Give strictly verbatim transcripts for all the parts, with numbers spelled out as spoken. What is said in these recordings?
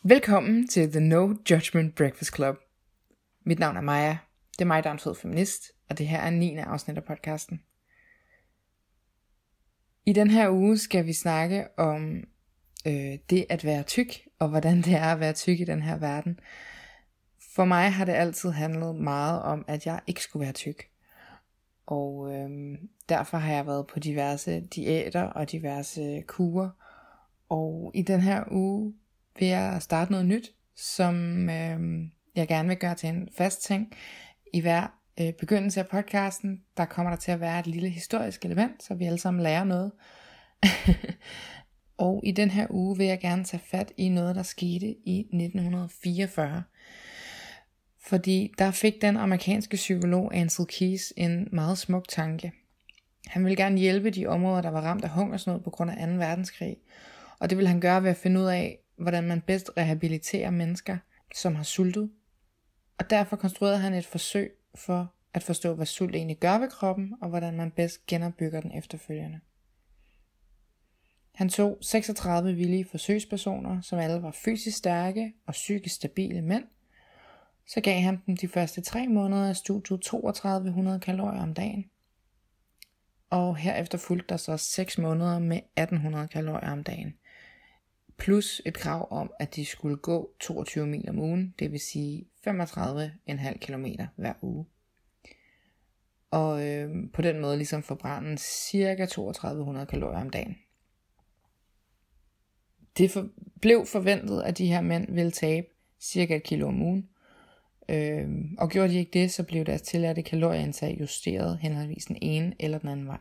Velkommen til The No Judgment Breakfast Club. Mit navn er Maja. Det er mig, der er en fed feminist, og det her er niende afsnit af podcasten. I den her uge skal vi snakke om øh, det at være tyk, og hvordan det er at være tyk i den her verden. For mig har det altid handlet meget om, at jeg ikke skulle være tyk. Og øh, derfor har jeg været på diverse diæter og diverse kurer. Og i den her uge vil jeg starte noget nyt, som øh, jeg gerne vil gøre til en fast ting. I hver øh, begyndelse af podcasten, der kommer der til at være et lille historisk element, så vi alle sammen lærer noget. Og i den her uge vil jeg gerne tage fat i noget, der skete i nitten fireogfyrre. Fordi der fik den amerikanske psykolog Ancel Keys en meget smuk tanke. Han ville gerne hjælpe de områder, der var ramt af hungersnød på grund af anden verdenskrig. Og det vil han gøre ved at finde ud af, hvordan man bedst rehabiliterer mennesker, som har sultet. Og derfor konstruerede han et forsøg for at forstå, hvad sult egentlig gør ved kroppen, og hvordan man bedst genopbygger den efterfølgende. Han tog seksogtredive villige forsøgspersoner, som alle var fysisk stærke og psykisk stabile mænd. Så gav han dem de første tre måneder af studiet treogtredive hundrede kalorier om dagen. Og herefter fulgte der så seks måneder med atten hundrede kalorier om dagen. Plus et krav om, at de skulle gå toogtyve mil om ugen, det vil sige femogtredive komma fem kilometer hver uge. Og øh, på den måde ligesom forbrænde cirka treogtredive hundrede kalorier om dagen. Det for, blev forventet, at de her mænd ville tabe cirka et kilo om ugen. Øh, og gjorde de ikke det, så blev deres tilladte kalorieindtag justeret henholdsvis den ene eller den anden vej.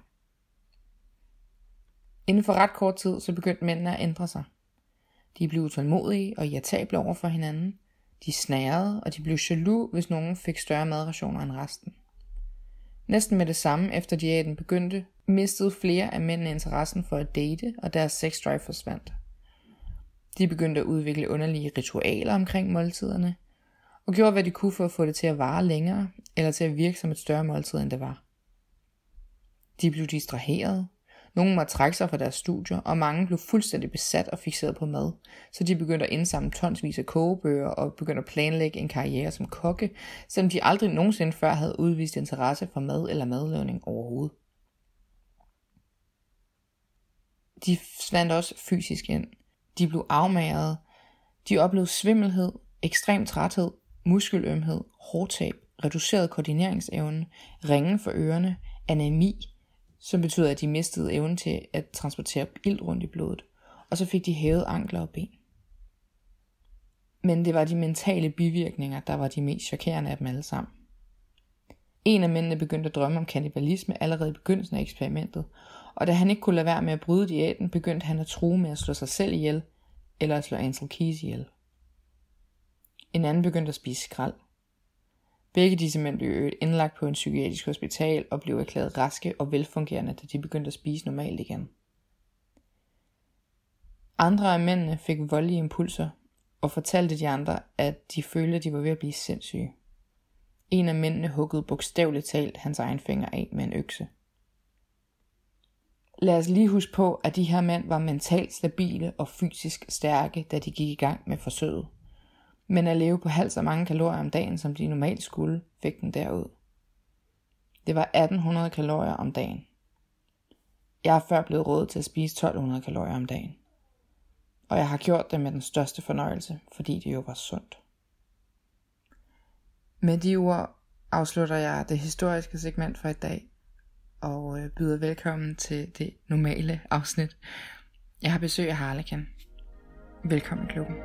Inden for ret kort tid, så begyndte mændene at ændre sig. De blev utålmodige og irritable over for hinanden. De snærede, og de blev jaloux, hvis nogen fik større madrationer end resten. Næsten med det samme efter diæten begyndte, mistede flere af mændene interessen for at date, og deres sexdrive forsvandt. De begyndte at udvikle underlige ritualer omkring måltiderne, og gjorde hvad de kunne for at få det til at vare længere, eller til at virke som et større måltid end det var. De blev distraheret. Nogle måtte trække sig fra deres studier, og mange blev fuldstændig besat og fikseret på mad, så de begyndte at indsamle tonsvis af kogebøger og begyndte at planlægge en karriere som kokke, selvom de aldrig nogensinde før havde udvist interesse for mad eller madlavning overhovedet. De svandt også fysisk ind. De blev afmagret. De oplevede svimmelhed, ekstrem træthed, muskelømhed, hårtab, reduceret koordineringsevne, ringen for ørerne, anæmi, som betyder, at de mistede evnen til at transportere ilt rundt i blodet, og så fik de hævet ankler og ben. Men det var de mentale bivirkninger, der var de mest chokerende af dem alle sammen. En af mændene begyndte at drømme om kannibalisme allerede i begyndelsen af eksperimentet, og da han ikke kunne lade være med at bryde diæten, begyndte han at true med at slå sig selv ihjel, eller at slå Ancel Keys ihjel. En anden begyndte at spise skrald. Begge disse mænd blev indlagt på en psykiatrisk hospital og blev erklæret raske og velfungerende, da de begyndte at spise normalt igen. Andre af mændene fik voldelige impulser og fortalte de andre, at de følte, at de var ved at blive sindssyge. En af mændene huggede bogstaveligt talt hans egen finger af med en økse. Lad os lige huske på, at de her mænd var mentalt stabile og fysisk stærke, da de gik i gang med forsøget. Men at leve på halvt så mange kalorier om dagen, som de normalt skulle, fik den derud. Det var atten hundrede kalorier om dagen. Jeg er før blevet rådet til at spise tolv hundrede kalorier om dagen. Og jeg har gjort det med den største fornøjelse, fordi det jo var sundt. Med de ord afslutter jeg det historiske segment for i dag, og byder velkommen til det normale afsnit. Jeg har besøg af Harlekin. Velkommen i klubben.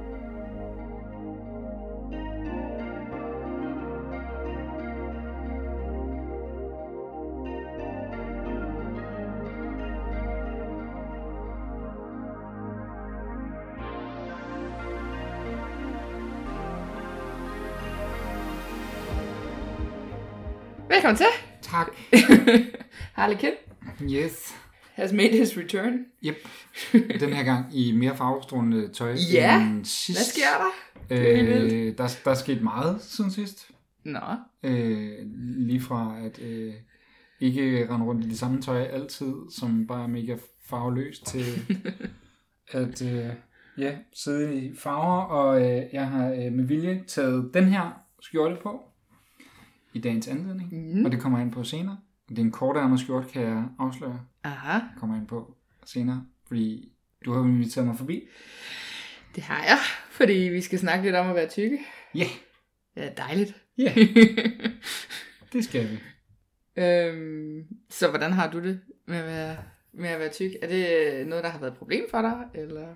Velkommen til. Tak. Harlekin. Yes. Has made his return. Yep. Den her gang i mere farvestrålende tøj ja. end sidst. Hvad sker der? Øh, der, der er sket meget siden sidst. Nå. Øh, lige fra at øh, ikke rende rundt i det samme tøj altid, som bare er mega farveløst, til at øh, ja, sidde i farver, og øh, jeg har øh, med vilje taget den her skjorte på i dagens anledning, mm. og det kommer jeg ind på senere. Det er en kortærmet skjorte, kan jeg afsløre. Aha. Det kommer jeg ind på senere, fordi du har jo inviteret mig forbi. Det har jeg, fordi vi skal snakke lidt om at være tykke. Ja. Yeah. Ja, dejligt. Ja, yeah. Det skal vi. øhm, så hvordan har du det med at, være, med at være tyk? Er det noget, der har været et problem for dig, eller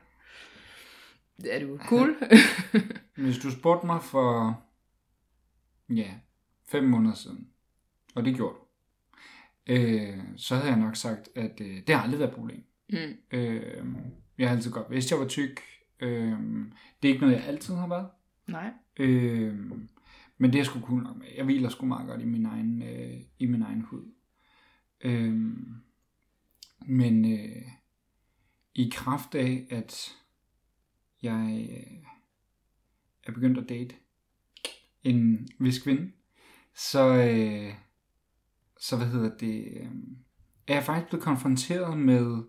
er du cool? Hvis du spurgte mig for ja, fem måneder siden, og det gjorde du, øh, så havde jeg nok sagt, at øh, det har aldrig været et problem. Mm. Øh, jeg har altid godt vidst, jeg var tyk. Øh, det er ikke noget, jeg altid har været. Nej. Øh, men det er sgu cool nok med. Jeg hviler sgu meget godt i min egen, øh, i min egen hud. Øh, men øh, i kraft af, at jeg øh, er begyndt at date en vis kvinde, så, øh, så hvad hedder det, øh, er jeg faktisk blevet konfronteret med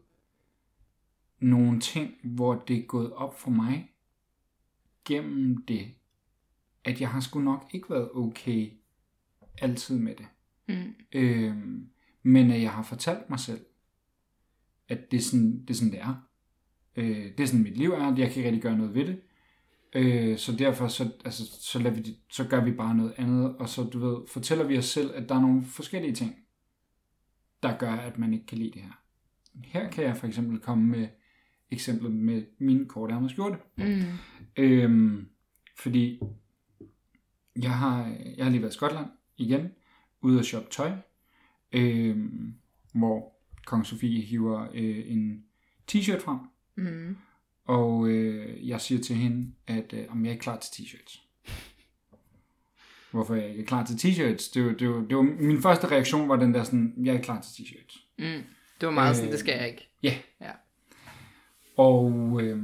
nogle ting, hvor det er gået op for mig gennem det, at jeg har sgu nok ikke været okay altid med det. Mm. Øh, men at jeg har fortalt mig selv, at det er sådan, det er, sådan, det er. Øh, det er sådan, mit liv er, at jeg kan ikke rigtig gøre noget ved det. Øh, så derfor så, altså, så, lader vi, så gør vi bare noget andet, og så du ved, fortæller vi os selv, at der er nogle forskellige ting, der gør, at man ikke kan lide det her. Her kan jeg for eksempel komme med eksemplet med min kortærmede skjorte. Mm. Øhm, fordi jeg har, jeg har lige været i Skotland igen, ude at shoppe tøj, øhm, hvor Kong Sofie hiver øh, en t-shirt frem, mm. og øh, jeg siger til hende, at øh, om jeg er klar til t-shirts. Hvorfor jeg ikke er klar til t-shirts? Det var, det var, det var, min første reaktion var den der sådan, jeg er klar til t-shirts. Mm. Det var meget øh, sådan, det skal jeg ikke. Ja. ja. Og øh,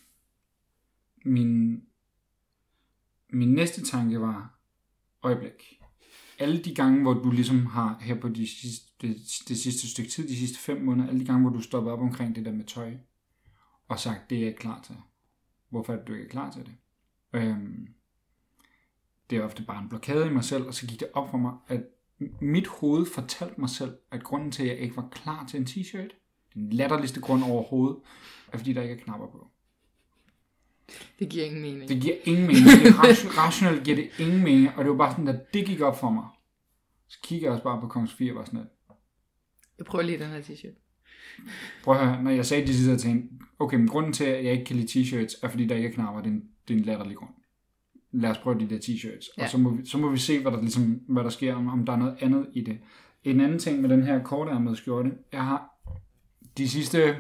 min, min næste tanke var, øjeblik. Alle de gange, hvor du ligesom har, her på de sidste, det, det sidste stykke tid, de sidste fem måneder, alle de gange, hvor du stopper op omkring det der med tøj, og sagt, det er jeg ikke klar til. Hvorfor er det, du ikke er klar til det? Øhm, det er ofte bare en blokade i mig selv, og så gik det op for mig, at mit hoved fortalte mig selv, at grunden til, at jeg ikke var klar til en t-shirt, den latterligste grund overhovedet, er fordi, der ikke er knapper på. Det giver ingen mening. Det giver ingen mening. Det er rationelt giver det ingen mening, og det var bare sådan, at det gik op for mig. Så kigger jeg også bare på Kong Sofie og var sådan, at jeg prøver lige den her t-shirt. Prøv at høre, når jeg sagde de sidder til hende, okay, men grunden til, at jeg ikke kan lide t-shirts, er fordi, der ikke er knapper, det er en, det er en latterlig grund. Lad os prøve de der t-shirts, ja. Og så må, vi, så må vi se, hvad der, ligesom, hvad der sker, om, om der er noget andet i det. En anden ting med den her kortærmede skjorte, jeg har de sidste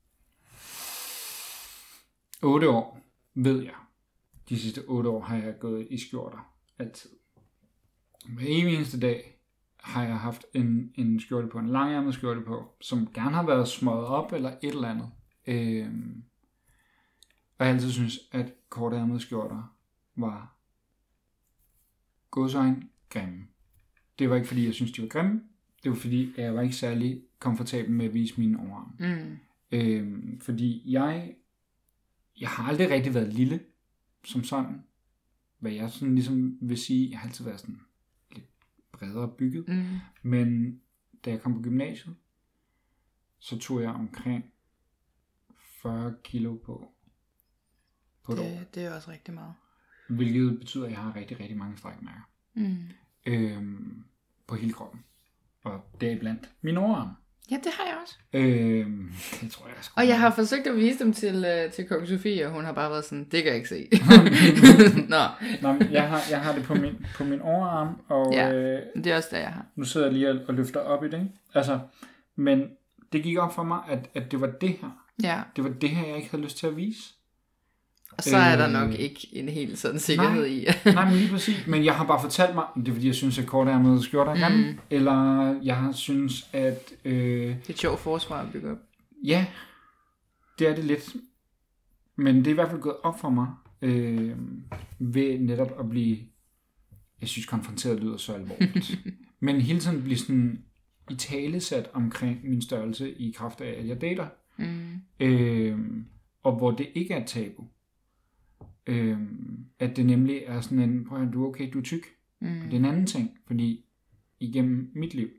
otte år, ved jeg, de sidste otte år har jeg gået i skjorter, altid. Hver eneste dag har jeg haft en, en skjorte på, en langærmet skjorte på, som gerne har været smøget op, eller et eller andet. Øhm, og jeg altid synes, at kortærmede skjorter var godsøjne grimme. Det var ikke fordi, jeg synes, de var grimme. Det var fordi, jeg var ikke særlig komfortabel med at vise mine overarme. Mm. Øhm, fordi jeg, jeg har aldrig rigtig været lille, som sådan. Hvad jeg sådan ligesom vil sige, jeg har altid været sådan lidt bredere bygget. Mm. Men da jeg kom på gymnasiet, så tog jeg omkring fyrre kilo på, på et det, år. Det er også rigtig meget. Hvilket betyder, at jeg har rigtig, rigtig mange strækmærker. Mm. Øhm, på hele kroppen. Og deriblandt min overarm. Ja, det har jeg også. Øhm, det tror jeg sgu. Og jeg har forsøgt at vise dem til, uh, til Kong Sofie, og hun har bare været sådan, det kan jeg ikke se. Nå. Nå, jeg har, jeg har det på min, på min overarm, og ja, øh, det er også det, jeg har. Nu sidder jeg lige og, og løfter op i det, ikke? Altså, men det gik op for mig, at, at det var det her. Ja. Det var det her, jeg ikke havde lyst til at vise. Og så er der nok ikke en helt sådan sikkerhed nej, i. nej, men lige præcis. Men jeg har bare fortalt mig, det er fordi, jeg synes, at kortærmede skjorter er grimme. Mm. Eller jeg synes, at Øh, det er et sjovt forsvar at bygge op. Ja, det er det lidt. Men det er i hvert fald gået op for mig, øh, ved netop at blive, jeg synes, konfronteret lyder så alvorligt. Men hele tiden blive sådan i talesat omkring min størrelse i kraft af, at jeg dater. Mm. Øh, og hvor det ikke er et tabu. Øhm, at det nemlig er sådan en, prøv at du er okay, du er tyk. Mm. Det er en anden ting, fordi igennem mit liv,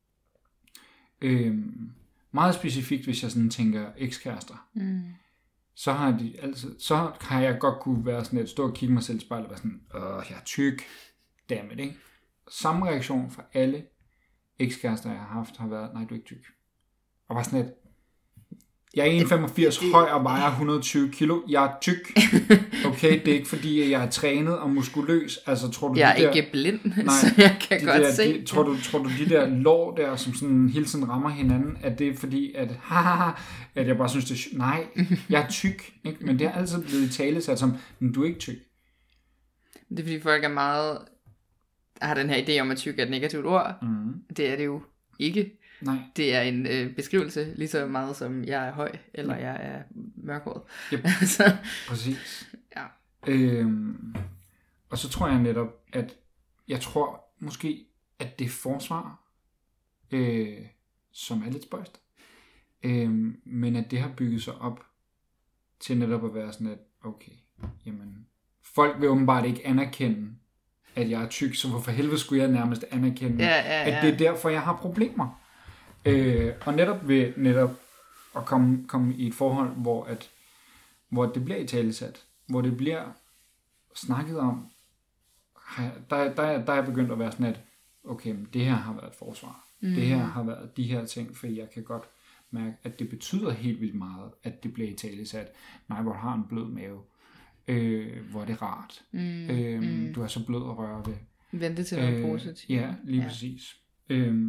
øhm, meget specifikt, hvis jeg sådan tænker ekskærester, mm. så har de altid, så har jeg godt kunne være sådan et stort kigge mig selv i spejlet og være sådan, åh, jeg er tyk, dammit, ikke? Samme reaktion fra alle ekskærester, jeg har haft, har været, nej, du er ikke tyk. Og var sådan et, jeg er en komma femogfirs høj og vejer et hundrede og tyve kilo. Jeg er tyk. Okay, det er ikke fordi, jeg er trænet og muskuløs. Altså, tror du, jeg er de der, ikke blind, nej, så jeg kan godt der, se. De, tror, du, tror du, de der lår der, som sådan hele tiden rammer hinanden, at det er fordi, at, haha, at jeg bare synes, det er nej, jeg er tyk. Ikke? Men det har altid blevet i tale sat som, men du er ikke tyk. Det er fordi, folk er meget, har den her idé om, at tyk er et negativt ord. Mm. Det er det jo ikke. Nej. Det er en øh, beskrivelse, lige så meget som jeg er høj, eller jeg er mørkhåret. Yep. så, præcis. Ja. Øhm, og så tror jeg netop, at jeg tror måske, at det forsvar, øh, som er lidt spøjst, øh, men at det har bygget sig op til netop at være sådan, at okay, jamen, folk vil åbenbart ikke anerkende, at jeg er tyk, så hvorfor helvede skulle jeg nærmest anerkende, ja, ja, ja. at det er derfor, jeg har problemer. Øh, og netop ved netop at komme, komme i et forhold, hvor, at, hvor det bliver italesat, hvor det bliver snakket om, der, der, der er jeg begyndt at være sådan, at okay, men det her har været et forsvar. Mm. Det her har været de her ting, for jeg kan godt mærke, at det betyder helt vildt meget, at det bliver italesat. Nej, hvor har en blød mave. Øh, hvor er det rart. Mm. Øh, mm. Du er så blød at røre ved. Vente til noget øh, positivt. Ja, lige ja. præcis. Øh,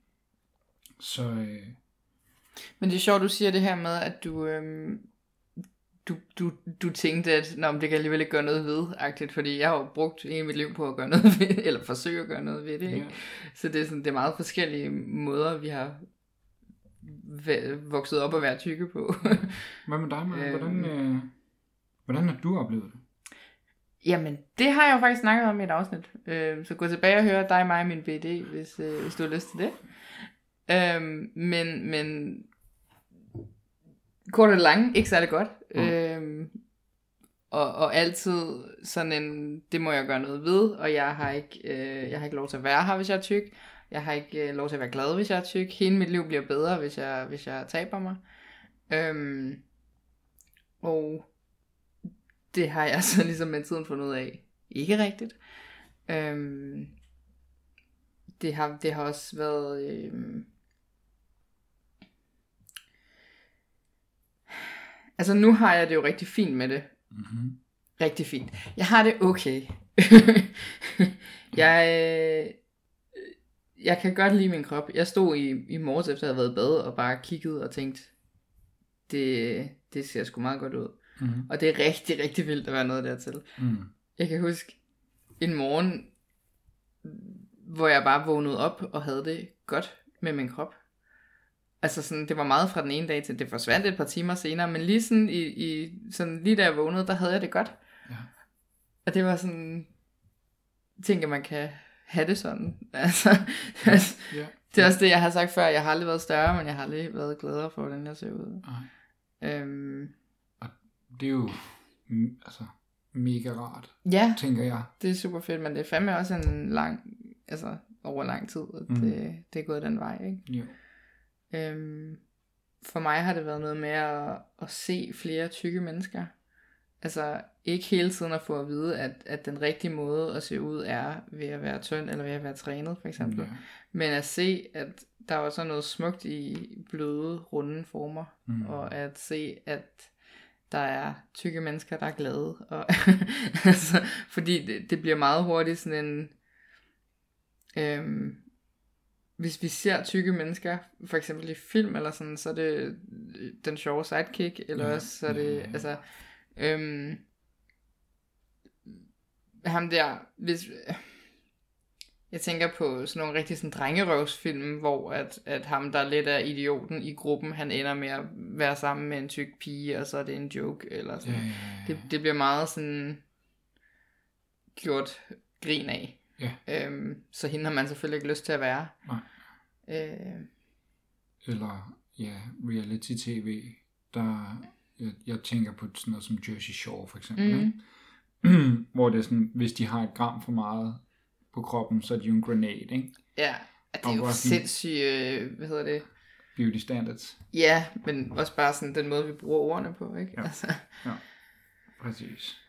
så... Øh, Men det er sjovt, du siger det her med, at du... Øh, Du, du, du tænkte, at nå, det kan alligevel ikke gøre noget ved-agtigt, fordi jeg har jo brugt hele mit liv på at gøre noget ved det, eller forsøge at gøre noget ved det, ikke? Yeah. Så det er, sådan, det er meget forskellige måder, vi har vokset op og været tykke på. Hvad med dig, Maja? Hvordan, øh, hvordan har du oplevet det? Jamen, det har jeg jo faktisk snakket om i et afsnit. Øh, så gå tilbage og høre dig, mig og min B D, hvis, øh, hvis du har lyst til det. Øh, men... men kort og lang, ikke særlig godt. Mm. Øhm, og, og altid sådan en, det må jeg gøre noget ved, og jeg har ikke, øh, jeg har ikke lov til at være her, hvis jeg er tyk. Jeg har ikke øh, lov til at være glad, hvis jeg er tyk. Hele mit liv bliver bedre, hvis jeg, hvis jeg taber mig. Øhm, og det har jeg så ligesom med tiden fundet ud af. Ikke rigtigt. Øhm, det, har, det har også været... Øh, Altså nu har jeg det jo rigtig fint med det. Mm-hmm. Rigtig fint. Jeg har det okay. jeg, jeg kan godt lide min krop. Jeg stod i, i morges efter at have været i bad og bare kiggede og tænkte, det, det ser sgu meget godt ud. Mm-hmm. Og det er rigtig, rigtig vildt at være noget dertil. Mm. Jeg kan huske en morgen, hvor jeg bare vågnede op og havde det godt med min krop. Altså sådan, det var meget fra den ene dag til, det forsvandt et par timer senere, men lige sådan, i, i, sådan, lige da jeg vågnede, der havde jeg det godt. Ja. Og det var sådan, tænker man kan have det sådan. Altså, ja. Ja. Det er også det, jeg har sagt før, jeg har aldrig været større, men jeg har aldrig været gladere for, hvordan jeg ser ud. Øhm, og det er jo altså, mega rart, ja, tænker jeg. Det er super fedt, men det er fandme også en lang, altså over lang tid, at mm. det, det er gået den vej, ikke? Jo. Øhm, for mig har det været noget med at, at se flere tykke mennesker. Altså ikke hele tiden at få at vide, at, at den rigtige måde at se ud er ved at være tynd eller ved at være trænet for eksempel. Ja. Men at se, at der er også noget smukt i bløde, runde former. Mm. Og at se, at der er tykke mennesker, der er glade. Og altså, fordi det, det bliver meget hurtigt sådan en... Øhm, hvis vi ser tykke mennesker, for eksempel i film eller sådan, så er det den sjove sidekick, eller ja, også så er det, ja, ja. altså, øhm, ham der, hvis, jeg tænker på sådan nogle rigtig sådan drengerøvsfilm, hvor at, at ham, der lidt er idioten i gruppen, han ender med at være sammen med en tyk pige, og så er det en joke, eller sådan. Ja, ja, ja. Det, det bliver meget sådan gjort grin af. Ja. Øhm, så hende har man selvfølgelig ikke lyst til at være. Nej. Øh. Eller ja, reality-tv, der jeg, jeg tænker på sådan noget som Jersey Shore for eksempel, mm. hvor det er sådan, hvis de har et gram for meget på kroppen, så er de jo en grenade, ikke? Ja, det er jo sindssygt, hvad hedder det? Beauty standards. Ja, men også bare sådan den måde, vi bruger ordene på, ikke? Ja, altså. ja. Præcis.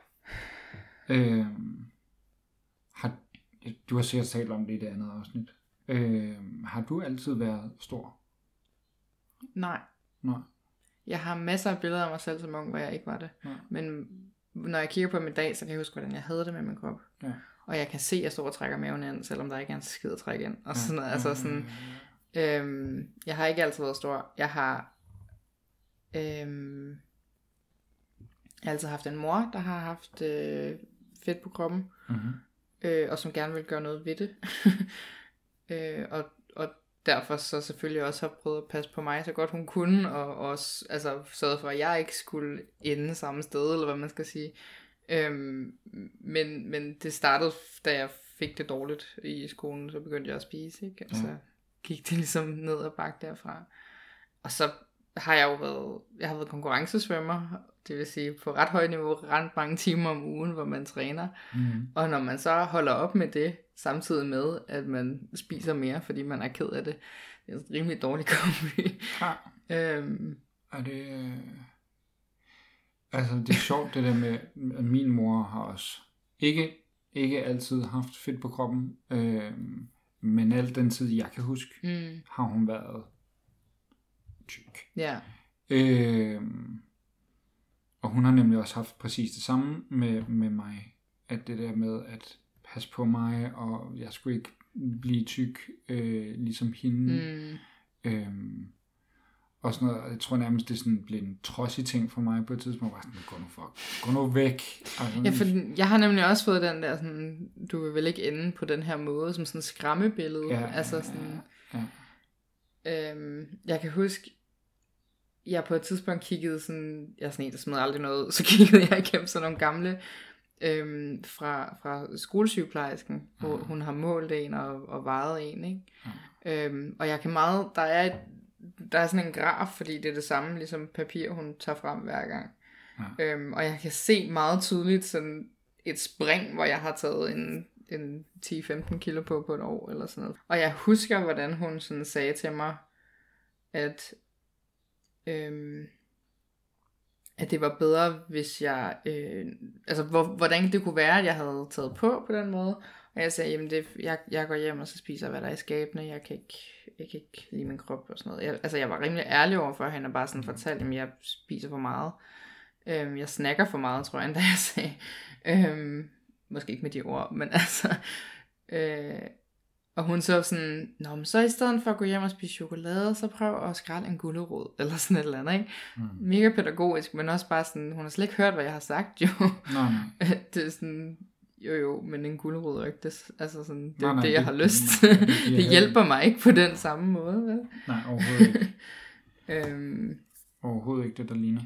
Øhm, har, du har sikkert talt om det i det andet afsnit. Øhm, har du altid været stor? Nej. Nej. Jeg har masser af billeder af mig selv som ung, hvor jeg ikke var det. Nej. Men når jeg kigger på min dag, så kan jeg huske, hvordan jeg havde det med min krop. Ja. Og jeg kan se, at jeg står og trækker maven ind, selvom der ikke er en skid at trække ind. Og sådan, ja. altså sådan, øhm, jeg har ikke altid været stor. Jeg har øhm, jeg har altid haft en mor, der har haft øh, fedt på kroppen. Mm-hmm. Øh, og som gerne vil gøre noget ved det. øh, og, og derfor så selvfølgelig også har prøvet at passe på mig så godt hun kunne, og også altså, sørget for, at jeg ikke skulle ende samme sted, eller hvad man skal sige. Øhm, men, men det startede, da jeg fik det dårligt i skolen, så begyndte jeg at spise, ikke? Altså ja. Gik det ligesom ned og bakke derfra. Og så har jeg jo været, jeg har været konkurrencesvømmer, det vil sige på ret højt niveau, ret mange timer om ugen, hvor man træner. Mm. Og når man så holder op med det, samtidig med, at man spiser mere, fordi man er ked af det, det er en rimelig dårlig kombi. Ja. øhm. Er det... Øh... Altså, det er sjovt det der med, at min mor har også ikke, ikke altid haft fedt på kroppen, øh, men al den tid, jeg kan huske, mm. har hun været tyk. Ja. Øh, og hun har nemlig også haft præcis det samme med, med mig, at det der med at passe på mig, og jeg skulle ikke blive tyk, øh, ligesom hende. Mm. Øh, Og sådan noget, jeg tror nærmest, det sådan blev en trodsig ting for mig på et tidspunkt. Bare sådan, gå nu, fuck, gå nu væk. Altså, ja, for jeg har nemlig også fået den der, sådan, du vil vel ikke ende på den her måde, som sådan et skræmmebillede. Ja, altså sådan, ja, ja. Øhm, jeg kan huske, jeg på et tidspunkt kiggede sådan, jeg sådan en, der smed aldrig noget, så kiggede jeg igennem sådan nogle gamle, øhm, fra, fra skolesygeplejersken, ja. Hvor hun har målt en og, og vejet en, ikke? Ja. Øhm, og jeg kan meget, der er et, der er sådan en graf, fordi det er det samme ligesom papir, hun tager frem hver gang. Ja. Øhm, og jeg kan se meget tydeligt sådan et spring, hvor jeg har taget en, en ti til femten kilo på på et år, eller sådan noget. Og jeg husker, hvordan hun sådan sagde til mig, at, øhm, at det var bedre, hvis jeg, øh, altså hvor, hvordan det kunne være, at jeg havde taget på på den måde. Og jeg sagde, jamen det, jeg, jeg går hjem, og så spiser hvad der er i skabene. Jeg kan ikke, jeg kan ikke lide min krop og sådan noget. Jeg, altså jeg var rimelig ærlig over for hende, og bare sådan fortalte, at jeg spiser for meget. Øhm, jeg snakker for meget, tror jeg, endda jeg sagde. Øhm, måske ikke med de ord, men altså. Øh, og hun så sådan, nå, men så i stedet for at gå hjem og spise chokolade, så prøv at skrælle en gulerod, eller sådan et eller andet, ikke? Mm. Mega pædagogisk, men også bare sådan, hun har slet ikke hørt, hvad jeg har sagt, jo. Nej, nej. Det er sådan... Jo jo, men en gulerod er ikke det, altså sådan, det, nej, nej, det jeg det, har lyst til. Det, det, det hjælper mig ikke på den samme måde, vel? Nej, overhovedet ikke. øhm. Overhovedet ikke det, der ligner.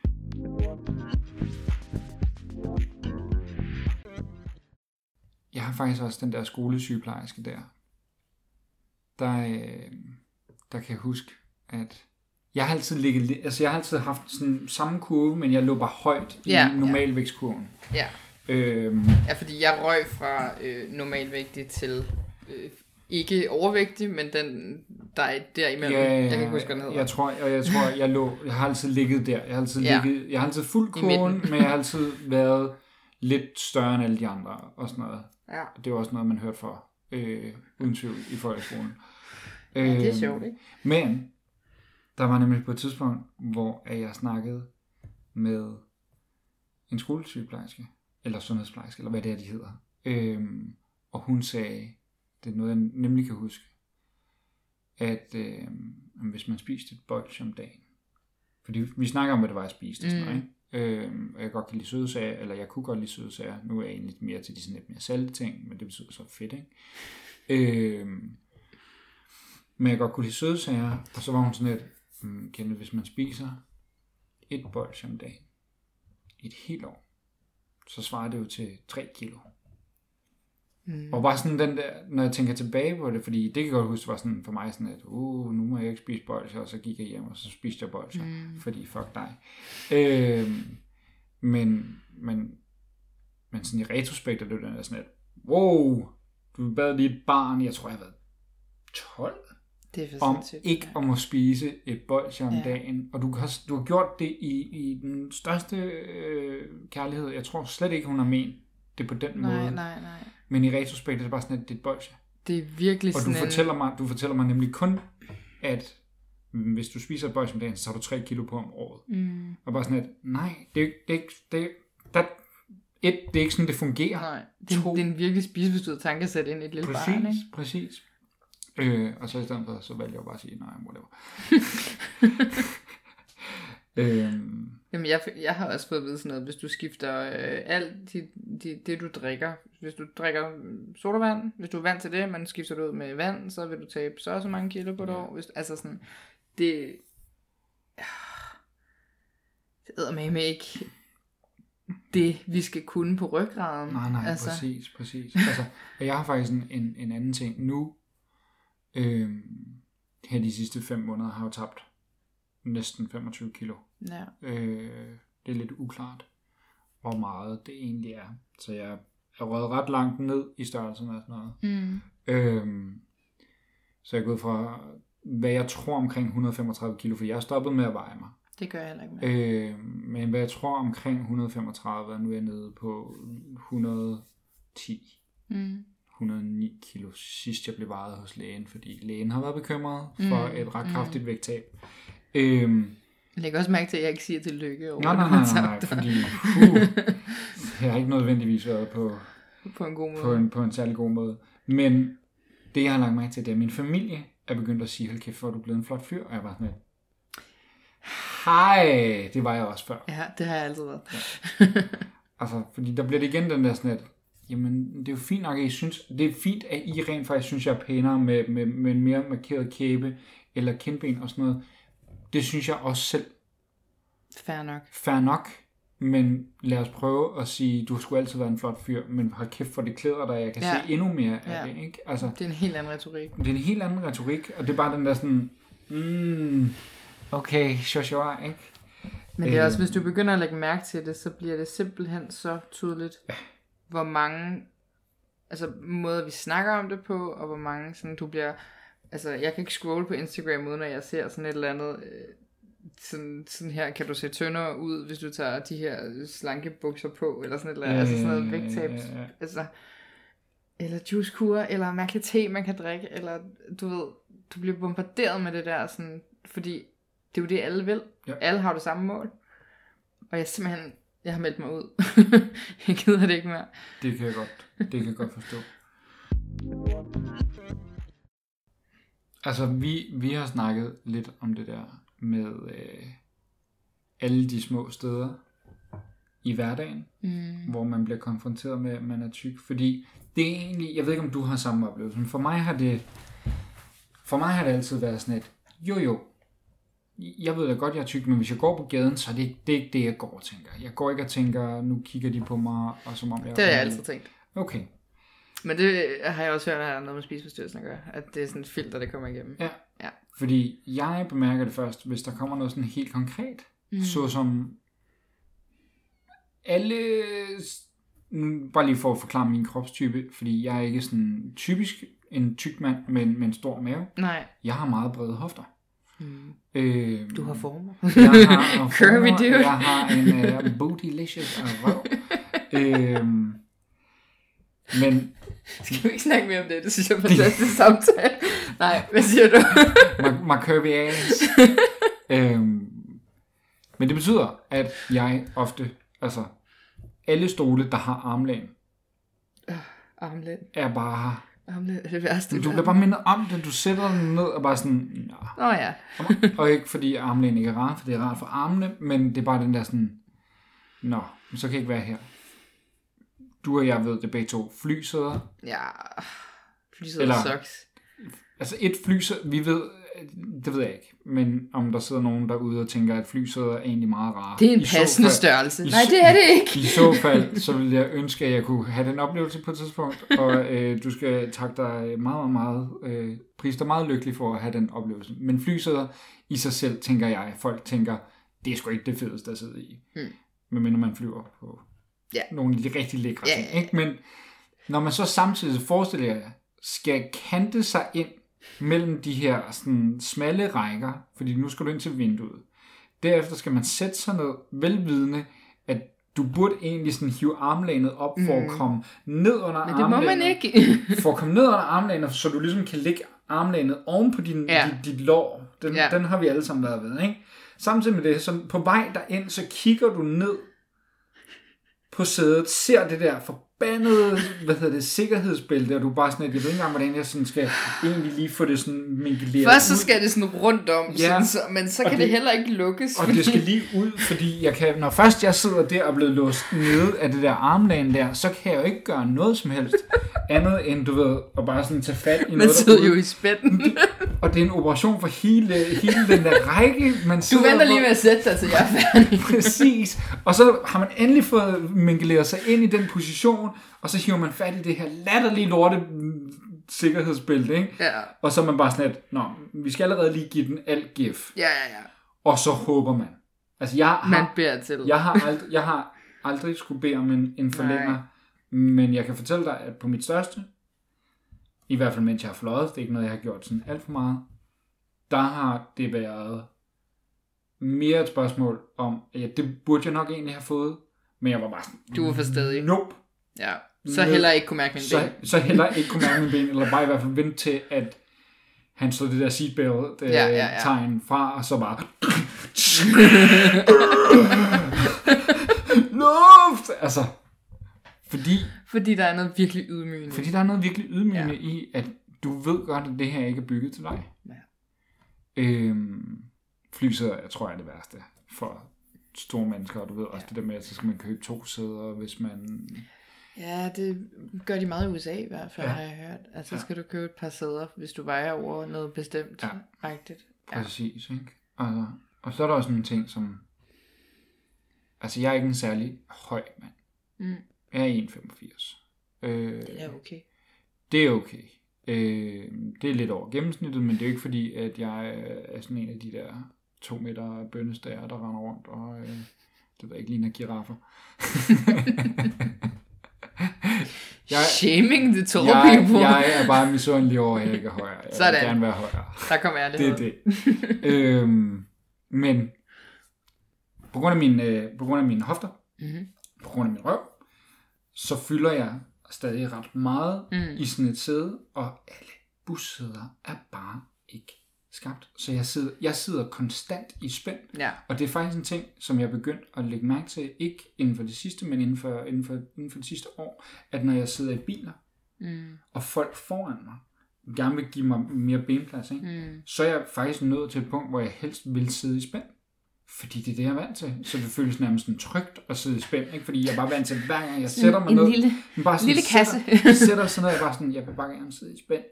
Jeg har faktisk også den der skolesygeplejerske der. Der, øh, der kan jeg huske, at jeg har altid ligget, altså jeg har altid haft sådan samme kurve, men jeg lå bare højt i ja, normalvægtskurven. Ja. Øhm. Ja, fordi jeg røg fra øh, normalvægtig til øh, ikke overvægtig, men den der er derimellem. Ja, jeg kan ikke huske, hvad den hedder. Jeg tror, jeg, jeg tror, jeg lå, jeg har altid ligget der. Jeg har altid ja. ligget, jeg har altid fuldt kurven, men jeg har altid været lidt større end alle de andre og sådan noget. Ja. Det var også noget, man hørte for øh, uden tvivl i folkeskolen. Ja, det er sjovt, ikke? Men der var nemlig på et tidspunkt, hvor jeg snakkede med en skolesygeplejerske, eller sundhedsplejerske, eller hvad det er, de hedder. Øhm, og hun sagde, det er noget, jeg nemlig kan huske, at øhm, hvis man spiste et bolsje om dagen, fordi vi snakker om, hvad det var, jeg spiste, mm. sådan noget, ikke? Øhm, og jeg godt kan lide sødsager, eller jeg kunne godt lide sødsager, nu er jeg egentlig mere til de sådan lidt mere salte ting, men det betyder så fedt, ikke? Øhm, men jeg godt kunne lide sødsager, og så var hun sådan lidt, mm, Kenneth, hvis man spiser et bolsje om dagen, et helt år, så svarer det jo til tre kilo. Mm. Og bare sådan den der, når jeg tænker tilbage på det, fordi det kan jeg godt huske, var sådan for mig sådan, at uh, nu må jeg ikke spise bolsjer, og så gik jeg hjem, og så spiste jeg bolsjer, mm. fordi fuck dig. Øh, men, men, men sådan i retrospekt er det den der sådan, at wow, du bad lige et barn, jeg tror jeg har været tolv, det er om ikke ja. Om at spise et bolsjer om ja. Dagen, og du har, du har gjort det i, i den største øh, kærlighed. Jeg tror slet ikke, hun har ment det på den nej, måde. Nej, nej, men i retrospekt er det bare sådan, at det er et bolsjer. Det er virkelig og sådan du fortæller mig, du fortæller mig nemlig kun, at hvis du spiser et bolsjer om dagen, så har du tre kilo på om året. Mm. Og bare sådan, at nej, det er det, det, det, et, det er ikke sådan, det fungerer. Nej, det, to, det er en virkelig spiseforstyrret tankesæt ind i et lille præcis, barn, ikke? Præcis, øh, og så i stedet for, så valgte jeg jo bare at sige, nej, whatever. øhm. Jamen, jeg, jeg har også fået at vide sådan noget, hvis du skifter øh, alt det, de, det, du drikker. Hvis du drikker sodavand, hvis du er vant til det, men skifter det ud med vand, så vil du tabe så og så mange kilo på et år. Hvis, altså sådan, det... Det æder med mig ikke det, vi skal kunne på ryggraden. Nej, nej, altså. præcis, præcis. Altså, og jeg har faktisk en, en, en anden ting. Nu, øh, her de sidste fem måneder, har jeg jo tabt næsten femogtyve kilo. Ja. Øh, det er lidt uklart, hvor meget det egentlig er. Så jeg er røget ret langt ned i størrelsen og sådan noget. Mm. Øh, så jeg er gået fra, hvad jeg tror omkring et hundrede og femogtredive kilo, for jeg har stoppet med at veje mig. Det gør jeg heller ikke med. Øh, men hvad jeg tror omkring et hundrede og femogtredive, og nu er jeg nede på et hundrede og ti. Mm. et hundrede og ni kilo sidst jeg blev vejet hos lægen, fordi lægen har været bekymret for mm. et ret kraftigt mm. vægttab. Øhm, jeg lægger også mærke til, at jeg ikke siger tillykke over, nej, nej, nej, nej, nej, fordi uh, jeg har ikke nødvendigvis været på, på en god måde. På en, på en særlig god måde. Men det, jeg har lagt mærke til, det er, at min familie er begyndt at sige, hold kæft, hvor er du blevet en flot fyr, og jeg var sådan, hej, det var jeg også før. Ja, det har jeg altid været. Ja. Altså, fordi der bliver det igen den der sådan, at jamen, det er jo fint nok, at I synes, det er fint, at I rent faktisk synes, jeg er pænere med, med, med en mere markeret kæbe, eller kindben og sådan noget. Det synes jeg også selv. Fair nok. Fair nok, men lad os prøve at sige, du har sgu altid været en flot fyr, men hold kæft for det klæder dig, jeg kan ja. Se endnu mere af ja. Det, ikke? Altså, det er en helt anden retorik. Det er en helt anden retorik, og det er bare den der sådan, mm, okay, sure, sure, ikke? Men det er også, hvis du begynder at lægge mærke til det, så bliver det simpelthen så tydeligt, ja. Hvor mange, altså måder vi snakker om det på, og hvor mange sådan, du bliver, altså jeg kan ikke scrolle på Instagram, uden at jeg ser sådan et eller andet, sådan, sådan her kan du se tyndere ud, hvis du tager de her slanke bukser på, eller sådan et eller andet, øh, altså sådan noget vægttabs, øh, øh. altså, eller juicekur, eller mærkelig te, man kan drikke, eller du ved, du bliver bombarderet med det der, sådan, fordi det er jo det, alle vil. Ja. Alle har det samme mål. Og jeg simpelthen, jeg har meldt mig ud. Jeg gider det ikke mere. Det kan jeg godt, det kan jeg godt forstå. Altså, vi, vi har snakket lidt om det der med øh, alle de små steder i hverdagen, mm. hvor man bliver konfronteret med, at man er tyk. Fordi det er egentlig, jeg ved ikke, om du har samme oplevelse, men for mig har det, for mig har det altid været sådan et, jo jo, jeg ved da godt, jeg er tyk, men hvis jeg går på gaden, så er det ikke det, er ikke det jeg går og tænker. Jeg går ikke og tænker, nu kigger de på mig, og som om jeg... Det har jeg altid tænkt. Okay. Men det har jeg også hørt, at der er noget med spiseforstyrrelsen at gøre. At det er sådan et filter, der kommer igennem. Ja. Ja. Fordi jeg bemærker det først, hvis der kommer noget sådan helt konkret. Mm. Såsom alle... Nu, bare lige for at forklare min kropstype, fordi jeg er ikke sådan typisk en tyk mand med, med en stor mave. Nej. Jeg har meget brede hofter. Mm. Øh, du har former. Jeg har Curvy former, dude. Jeg har en uh, bootylicious røv. øh, men skal vi ikke snakke mere om det? Det synes jeg er fantastisk samtale. Nej, hvad siger du? my, my curvy ass. øhm, men det betyder, at jeg ofte, altså alle stole, der har armlæn, uh, armlæn. er bare... Armlæn er det værste. Du bliver bare mindet om det, du sætter den ned og bare sådan... Åh oh, ja. Og ikke fordi armlæn ikke er rart, for det er rart for armene, men det er bare den der sådan... Nå, så kan jeg ikke være her. Du og jeg ved det begge to. Flysæder. Ja, flysæder sucks. Altså et flysæder, vi ved, det ved jeg ikke. Men om der sidder nogen derude og tænker, at flysæder er egentlig meget rare. Det er en I passende fald, størrelse. I, Nej, det er det ikke. I så fald, så ville jeg ønske, at jeg kunne have den oplevelse på et tidspunkt. Og øh, du skal takke dig meget, meget, øh, prise dig meget lykkelig for at have den oplevelse. Men flysæder i sig selv, tænker jeg, folk tænker, det er sgu ikke det fedeste at sidde i. Hmm. Medmindre man flyver på ja. nogle af de rigtig lækre ting. Ja. Ikke? Men når man så samtidig forestiller jer, skal kante sig ind mellem de her sådan, smalle rækker, fordi nu skal du ind til vinduet. Derefter skal man sætte sig ned, velvidende, at du burde egentlig sådan hive armlænet op for at komme ned under armlænet. Men det må man ikke. For at komme ned under armlænet, så du ligesom kan lægge armlænet oven på din, ja. dit, dit lår. Den, ja. den har vi alle sammen været ved, ikke? Samtidig med det, så på vej derind, så kigger du ned på sædet, ser det der forbandede, hvad hedder det, sikkerhedsbælte, og du er bare sådan, at jeg ved ikke engang, hvordan jeg sådan skal egentlig lige få det sådan mingeleret. Først så skal det sådan rundt om, ja. sådan, så, men så kan det, det heller ikke lukkes. Og fordi... det skal lige ud, fordi jeg kan, når først jeg sidder der og er blevet låst nede af det der armlæn der, så kan jeg jo ikke gøre noget som helst andet end, du ved, at bare sådan tage fat i man noget. Man sidder jo i spænden. Og det er en operation for hele, hele den der række. Man du venter lige med at sætte dig, til jeg er færdig. Præcis. Og så har man endelig fået mingeleret sig ind i den position, og så hiver man fat i det her latterlige lorte sikkerhedsbælte, ikke? Ja. Og så er man bare sådan et, nå, vi skal allerede lige give den alt gif. Ja, ja, ja. Og så håber man. Altså, jeg har, man beder til. Jeg har aldrig, jeg har aldrig skulle bede om en, en forlænger, nej. Men jeg kan fortælle dig, at på mit største, i hvert fald mens jeg har fløjet, det er ikke noget, jeg har gjort sådan alt for meget, der har det været mere et spørgsmål om, ja, det burde jeg nok egentlig have fået, men jeg var bare sådan, du var for stedig. Nope. Ja, så heller ikke kunne mærke min ben. Så, så heller ikke kunne mærke min ben, eller bare i hvert fald vente til, at han slog det der seatbelt øh, ja, ja, ja. tegn fra, og så bare luft! Altså, fordi... Fordi der er noget virkelig ydmygende. Fordi der er noget virkelig ydmygende ja. i, at du ved godt, at det her ikke er bygget til dig. Ja. Øhm, flysæder, jeg tror, er det værste for store mennesker, og du ved også ja. det der med, at så skal man købe to sæder, hvis man... Ja, det gør de meget i U S A i hvert fald, ja. har jeg hørt. Altså, så skal ja. du købe et par sæder, hvis du vejer over noget bestemt. Ja. Rigtigt. Ja. Præcis, ikke? Altså, og så er der også nogle ting, som... Altså, jeg er ikke en særlig høj mand. Mm. Jeg er en komma femogfirs. Øh, det er okay. Det er okay. Øh, det er lidt over gennemsnittet, men det er jo ikke fordi, at jeg er sådan en af de der to meter bønnestager, der render rundt, og øh, det ved ikke, ligner giraffer. jeg, Shaming the tall jeg, people. Jeg er bare misundelig over, at jeg ikke er højere. Jeg sådan. vil gerne være højere. Der kommer ærlighed. Det er det. øhm, men på grund af mine, øh, på grund af mine hofter, mm-hmm. på grund af min røv, så fylder jeg stadig ret meget mm. i sådan et sæde, og alle bussæder er bare ikke skabt. Så jeg sidder, jeg sidder konstant i spænd, ja. og det er faktisk en ting, som jeg er begyndt at lægge mærke til, ikke inden for det sidste, men inden for, inden for, inden for det sidste år, at når jeg sidder i biler, mm. og folk foran mig gerne vil give mig mere benplads, ikke? Mm. så er jeg faktisk nået til et punkt, hvor jeg helst vil sidde i spænd. Fordi det er det, jeg er vant til. Så det føles nærmest sådan trygt at sidde i spænd, ikke? Fordi jeg er bare vant til, hver gang jeg sætter mig en ned. En lille, bare sådan, lille kasse. Sætter, sætter sådan noget, jeg bare sådan, jeg vil bare gerne sidde i spænd.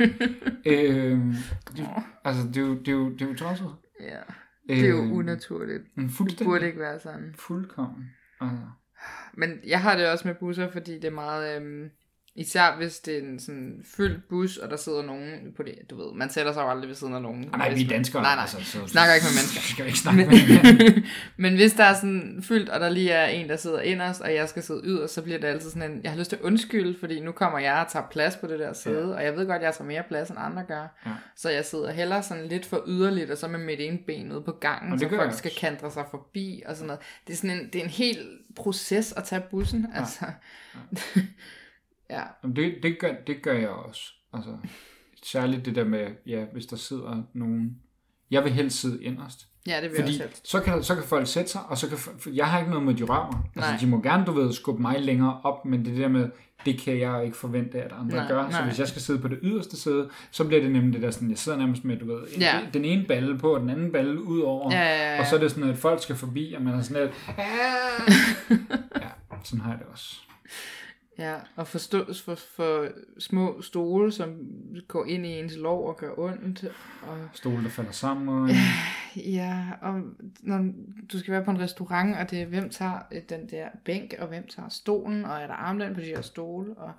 øhm, det, altså, det er jo, det er jo, det er jo tosset. Ja, det er jo øhm, unaturligt. Det burde ikke være sådan. Fuldkommen. Altså. Men jeg har det også med busser, fordi det er meget... Øhm, især hvis det er en sådan fyldt bus, og der sidder nogen på det, du ved, man sætter sig jo aldrig ved siden af nogen. Nej, vi er danskere. Nej, nej, altså, så, snakker ikke med mennesker. Skal vi ikke snakke med Men hvis der er sådan fyldt, og der lige er en, der sidder inderst, og jeg skal sidde yderst, så bliver det altid sådan en, jeg har lyst til at undskylde, fordi nu kommer jeg og tager plads på det der sæde, ja. og jeg ved godt, at jeg tager mere plads, end andre gør. Ja. Så jeg sidder hellere sådan lidt for yderligt, og så med mit ene ben ude på gangen, så folk skal kantre sig forbi, og sådan noget. Det er sådan en, det er en hel proces at tage bussen, ja. altså. Ja. Ja. Det, det, gør, det gør jeg også. Altså, særligt det der med, ja, hvis der sidder nogen... Jeg vil helst sidde inderst. Ja, det vil fordi jeg også så kan, så kan folk sætte sig, og så kan... Jeg har ikke noget med, at de rører mig. Altså, de må gerne, du ved, skubbe mig længere op, men det der med, det kan jeg ikke forvente, at andre nej, gør. Nej. Så hvis jeg skal sidde på det yderste sæde, så bliver det nemlig det der sådan, jeg sidder nærmest med, du ved, ja. den ene balle på, og den anden balle ud over, ja, ja, ja. og så er det sådan, at folk skal forbi, og man er sådan lidt... Ja, sådan har jeg det også. Ja, og forstås for, for små stole, som går ind i ens lår og gør ondt. Og stole, der falder sammen. Ja, og når du skal være på en restaurant, og det er, hvem tager den der bænk, og hvem tager stolen, og er der armlæn på de her stole, og...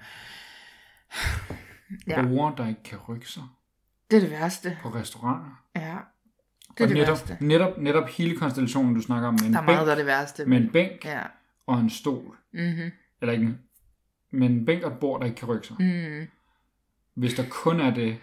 Ja. Borger, der ikke kan rykke sig. Det er det værste. På restauranter. Ja, det er og det netop, værste. Netop, netop hele konstellationen, du snakker om, med en der er bænk, meget, der er det værste. med en bænk ja. og en stol. Mm-hmm. Eller ikke men en bænk og et bord, der ikke kan rykke sig. Mm. Hvis der kun er det,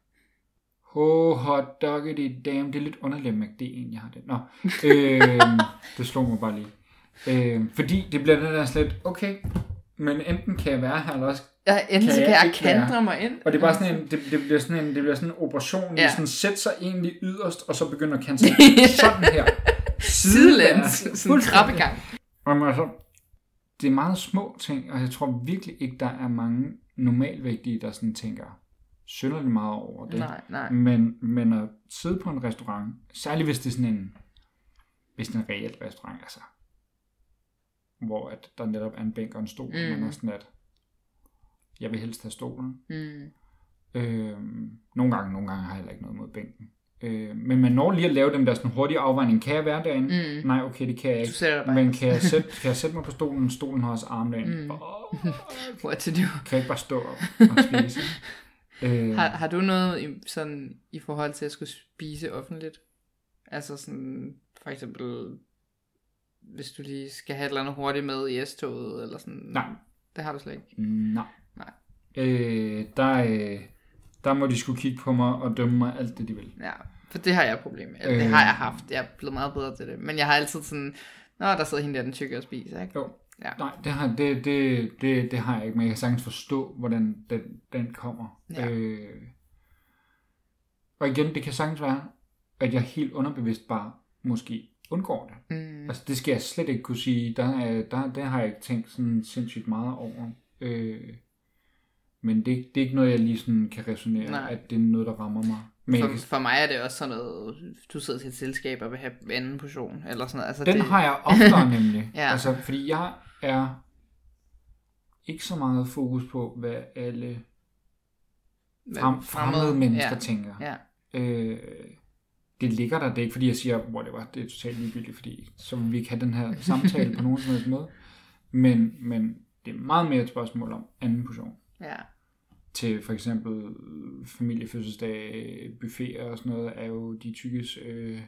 oh, hot doggity damn, det er lidt underligt, at det egentlig har det. Nå, øh, det slog mig bare lige. Øh, fordi det bliver den der slet, okay, men enten kan jeg være her, eller også ja, enten kan jeg, jeg kandre mig ind. Og det er bare sådan en, det, det bliver sådan en, det bliver sådan en operation, ja. Det sådan sætter sig egentlig yderst, og så begynder at kanse sådan her. Sidelæns, sådan en krabbegang. Og altså, det er meget små ting, og jeg tror virkelig ikke, der er mange normalvægtige, der sådan tænker synderligt meget over det. Nej, nej. Men, men at sidde på en restaurant, særligt hvis det er sådan en, hvis det er en reel restaurant, altså, hvor at der netop er en bænk og en stol, mm. man er sådan at, jeg vil helst have stolen. Mm. Øhm, nogle gange, nogle gange har jeg heller ikke noget mod bænken. Øh, men man når lige at lave den der sådan hurtige afvejning. Kan jeg være derinde? Mm. Nej, okay, det kan jeg ikke. Men kan jeg, sætte, kan jeg sætte mig på stolen? Stolen har også armlæn. Mm. Oh, what to do? Kan jeg ikke bare stå op og spise? øh, har, har du noget i, sådan, i forhold til at skulle spise offentligt? Altså sådan, for eksempel, hvis du lige skal have et eller andet hurtigt med i S-toget, eller sådan? Nej. Det har du slet ikke? Nej. Nej. Øh, der, øh, der må de skulle kigge på mig og dømme mig alt det, de vil. Ja, for det har jeg problem med. Eller, det har jeg haft. Jeg er blevet meget bedre til det. Men jeg har altid sådan, nå, der sidder hende der, den tykke og spiser, ikke? Jo. Ja. Nej, det har, det, det, det, det har jeg ikke, men jeg kan sagtens forstå, hvordan den, den kommer. Ja. Øh, og igen, det kan sagtens være, at jeg helt underbevidst bare måske undgår det. Mm. Altså, det skal jeg slet ikke kunne sige. Der, er, der, der har jeg ikke tænkt sådan sindssygt meget over. Øh, men det, det er ikke noget, jeg lige sådan kan resonere, Nej. At det er noget, der rammer mig. Men for, kan... for mig er det også sådan noget, du sidder til et selskab og vil have anden portion, eller sådan noget. Altså, den det... har jeg oftere nemlig. Ja. Altså, fordi jeg er ikke så meget fokus på, hvad alle frem, fremmede mennesker ja. tænker. Ja. Øh, det ligger der, det er ikke fordi jeg siger, whatever, det er totalt ligegyldigt, fordi så vil vi ikke have den her samtale på nogen som helst måde. Men, men det er meget mere et spørgsmål om anden portion. Ja. Til for eksempel familiefødselsdag, buffeter og sådan noget, er jo de tykkes øh,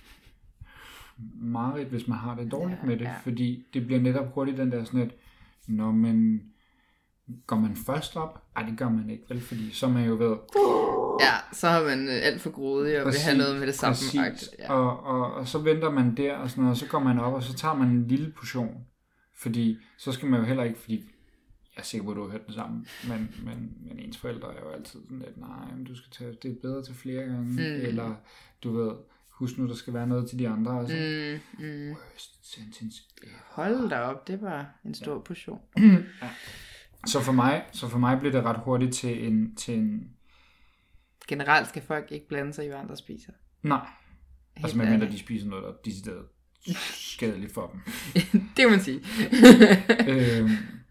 mareridt, hvis man har det dårligt ja, med det, ja. Fordi det bliver netop hurtigt den der sådan et, når man går man først op? Ej, det gør man ikke, vel? Fordi så er man jo ved... Ja, så har man alt for grådig og præcis, vil have noget med det samme. Ja. Og, og, og så venter man der og sådan noget, og så går man op, og så tager man en lille portion. Fordi så skal man jo heller ikke, fordi jeg er sikker på, at du har hørt det samme, men, men, men ens forældre er jo altid sådan lidt, nej, men du skal tage, det er bedre til flere gange, mm. eller du ved, husk nu, der skal være noget til de andre. Og så, mm, mm. Worst sentence ever. Hold da op, det var en stor ja. portion. Ja. Så for mig, så for mig blev det ret hurtigt til en, til en... Generelt skal folk ikke blande sig i, hvad andre spiser. Nej. Helt altså medmindre de spiser noget, der er decideret skadeligt for dem. Det kan man sige. øhm,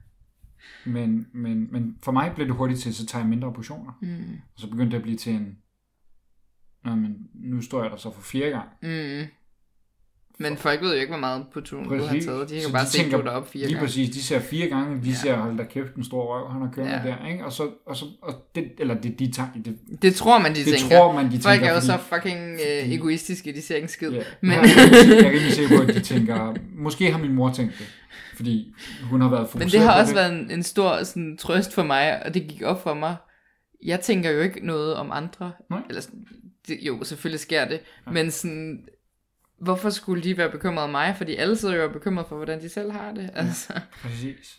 men, men, men for mig blev det hurtigt til, så tager jeg mindre portioner. Mm. Og så begyndte det at blive til en... Nå, men nu står jeg der så for fjerde gang. Mm. Men folk ved jo ikke, hvor meget portion du har taget. De kan så bare de se, tænker, du op fire lige gange. Lige præcis, de ser fire gange, de ja. ser, hold da kæft, en stor røv, han har kørt ja. der, ikke? Og så, og så, og det, eller det, de tager, det, det tror man, de det tænker. tror man, de folk tænker. Folk er jo så fucking øh, egoistiske, de ser ikke skid. Ja. Men... jeg er rimelig sikker på, at de tænker, måske har min mor tænkt det, fordi hun har været fokuseret. Men det har også det. været en, en stor sådan, trøst for mig, og det gik op for mig. Jeg tænker jo ikke noget om andre. Nej. Eller, det, jo, selvfølgelig sker det, ja. Men sådan... Hvorfor skulle de være bekymrede om mig? Fordi alle sidder jo bekymret for, hvordan de selv har det. Altså. Ja, præcis.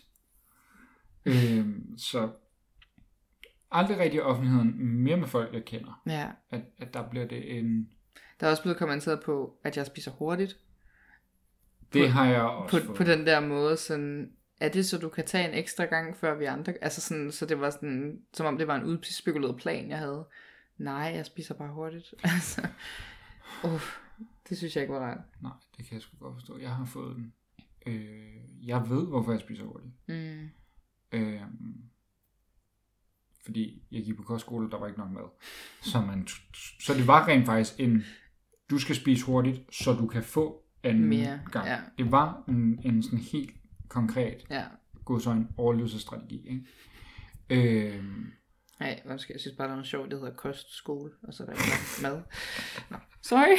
øhm, så aldrig rigtig i offentligheden, mere med folk, jeg kender. Ja. At, at der bliver det en... Der er også blevet kommenteret på, at jeg spiser hurtigt. Det på, har jeg også på, på den der måde, sådan... Er det så, du kan tage en ekstra gang, før vi andre... Altså sådan, så det var sådan... Som om det var en udspekuleret plan, jeg havde. Nej, jeg spiser bare hurtigt. Altså... Uh. Det synes jeg ikke var rart. Nej, det kan jeg sgu godt forstå. Jeg har fået den. Øh, jeg ved, hvorfor jeg spiser hurtigt. Mm. Øh, fordi jeg gik på kostskole, der var ikke nok mad. Så, man, så det var rent faktisk en, du skal spise hurtigt, så du kan få en Mere, gang. ja. Det var en, en sådan helt konkret, Ja. god så en overlevelsesstrategi, ikke? Øhm, Nej, måske, jeg synes bare, der er noget sjovt, det hedder kostskole, og så er der ikke nok mad. Sorry.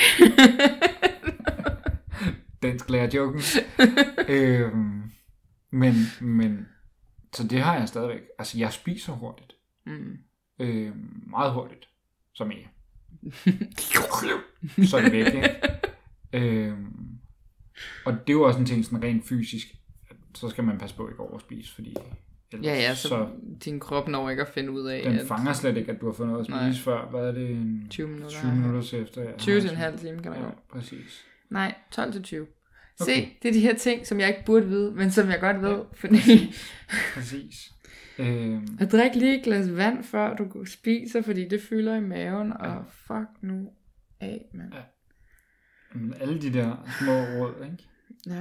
Dansk lærer joken. øhm, men, men, så det har jeg stadigvæk. Altså, jeg spiser hurtigt. Mm. Øhm, meget hurtigt. Som I. Så er det væk, ikke? øhm, og det er jo også en ting, sådan rent fysisk, så skal man passe på ikke over at spise, fordi ja, ja, så, så din krop når ikke at finde ud af, den at... fanger slet ikke, at du har fået noget at spise Nej. før. Hvad er det? En tyve minutter. tyve minutter til efter. Ja, tyve til en halv time, kan man ja, gå. præcis. Nej, tolv til tyve. Okay. Se, det er de her ting, som jeg ikke burde vide, men som jeg godt ved, ja, fordi... præcis. Øhm. At drikke lige et glas vand, før du spiser, fordi det fylder i maven, og ja. Fuck nu af, mand. Ja. Men alle de der små råd, ikke? Ja.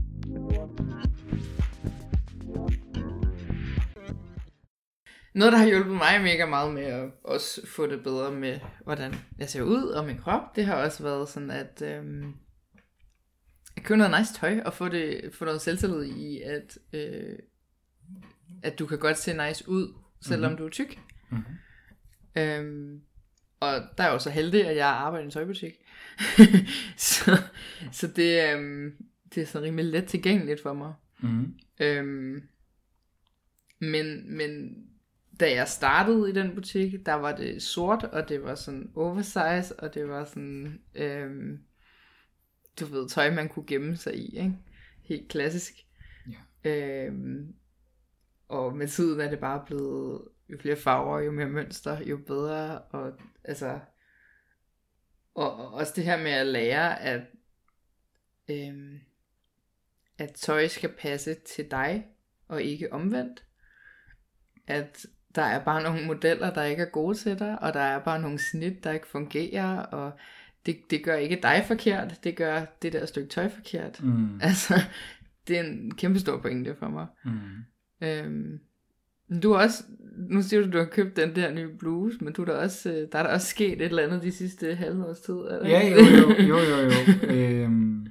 Noget, der har hjulpet mig mega meget med at også få det bedre med, hvordan jeg ser ud og min krop, det har også været sådan, at øhm, at købe noget nice tøj og få, det, få noget selvtillid i, at, øh, at du kan godt se nice ud, selvom mm-hmm. du er tyk. Mm-hmm. Øhm, og der er jo så heldig, at jeg arbejder i en tøjbutik. så, så det, øhm, det er så rimelig let tilgængeligt for mig. Mm-hmm. Øhm, men, men da jeg startede i den butik, der var det sort, og det var sådan oversize, og det var sådan, øhm, du ved, tøj man kunne gemme sig i, ikke? Helt klassisk. Yeah. Øhm, og med tiden er det bare blevet, jo flere farver, jo mere mønster, jo bedre, og altså, og, og også det her med at lære, at, øhm, at tøj skal passe til dig, og ikke omvendt. At der er bare nogle modeller, der ikke er gode til dig, og der er bare nogle snit, der ikke fungerer, og det, det gør ikke dig forkert, det gør det der stykke tøj forkert. Mm. Altså, det er en kæmpe stor pointe for mig. Mm. Øhm, du har også, nu siger du, du har købt den der nye bluse, men du er der, også, der er der også sket et eller andet de sidste halve års tid, eller? Ja, jo, jo, jo, jo, jo. øhm,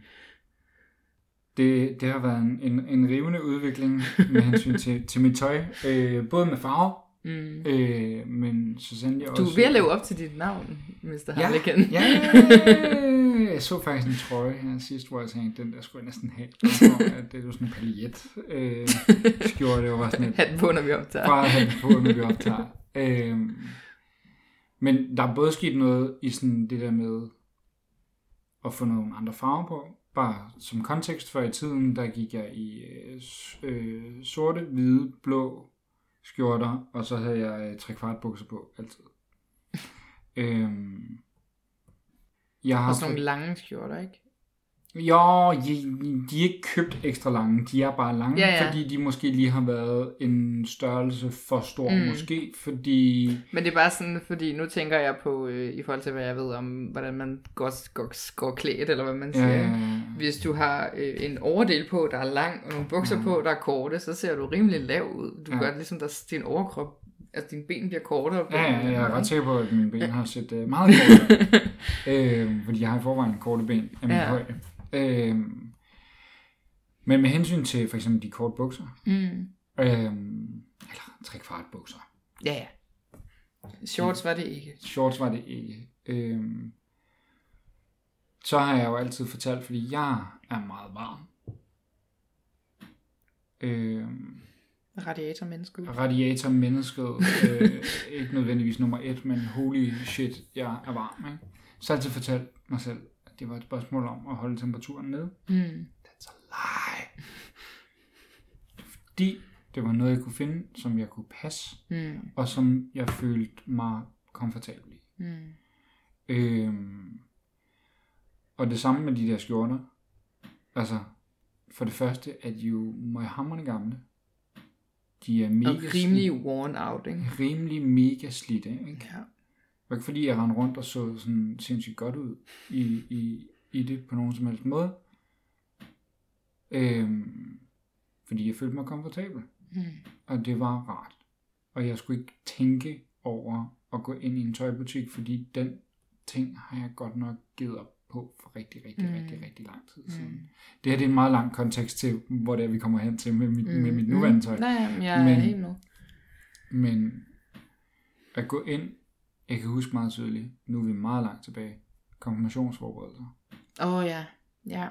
det, det har været en, en, en rivende udvikling med hensyn til, til mit tøj, øh, både med farver, mm. øh, men så sandelig også... Du er ved at leve op til dit navn, mister Ja, Harlequin. ja, ja, jeg så faktisk en trøje her sidst, hvor jeg tænkte, den der skulle jeg næsten have. At det er jo sådan en paljet øh, skjorte, det var sådan et... Hatten på, når vi optager. Bare hatten på, når vi optager. øh, men der er både sket noget i sådan det der med at få nogle andre farver på. Bare som kontekst, før i tiden, der gik jeg i øh, sorte, hvide, blå skjorter, og så havde jeg tre kvart bukser på altid. øhm, jeg har og sådan nogle lange skjorter, ikke? Jo, de, de er ikke købt ekstra lange, de er bare lange, ja, ja. Fordi de måske lige har været en størrelse for stor, mm. måske, fordi... Men det er bare sådan, fordi nu tænker jeg på, øh, i forhold til hvad jeg ved om, hvordan man går, går, går klædt, eller hvad man siger. Ja, ja, ja. Hvis du har øh, en overdel på, der er lang, og nogle bukser ja. på, der er korte, så ser du rimelig lav ud. Du ja. gør det ligesom, at din overkrop, altså dine ben bliver kortere. Ja, ja, jeg er ret sikker på, at mine ben har set øh, meget kortere. øh, fordi jeg har i forvejen korte ben af min ja. højde. Øhm, men med hensyn til for eksempel de korte bukser, mm. øhm, eller tre kvart bukser. Ja, ja. Shorts var det ikke. Shorts var det ikke. Øhm, så har jeg jo altid fortalt, fordi jeg er meget varm. Øhm, Radiatormennesket. Radiatormennesket. øh, ikke nødvendigvis nummer et, men holy shit, jeg er varm. Ikke? Så har jeg altid fortalt mig selv, det var et spørgsmål om at holde temperaturen nede. Mm. That's a lie. Fordi det var noget, jeg kunne finde, som jeg kunne passe, mm. og som jeg følte mig komfortabel i. Mm. Øhm, og det samme med de der skjorter. Altså, for det første er de jo møghamrende gamle. De er mega og rimelig worn out, ikke? Rimelig mega slidte, ikke? Ja. Det var ikke fordi, jeg rendte rundt og så sådan sindssygt godt ud i, i, i det på nogen som helst måde. Øhm, fordi jeg følte mig komfortabel. Mm. Og det var rart. og jeg skulle ikke tænke over at gå ind i en tøjbutik, fordi den ting har jeg godt nok givet op på for rigtig, rigtig, mm. rigtig, rigtig lang tid siden. Mm. Det her det er en meget lang kontekst til, hvor det er, vi kommer hen til med mit, mm. med mit nuværende tøj. Nej, jeg men, er helt med. Men at gå ind, jeg kan huske meget tydeligt, nu er vi meget langt tilbage, konfirmationsforberedelser. Åh oh, ja, ja.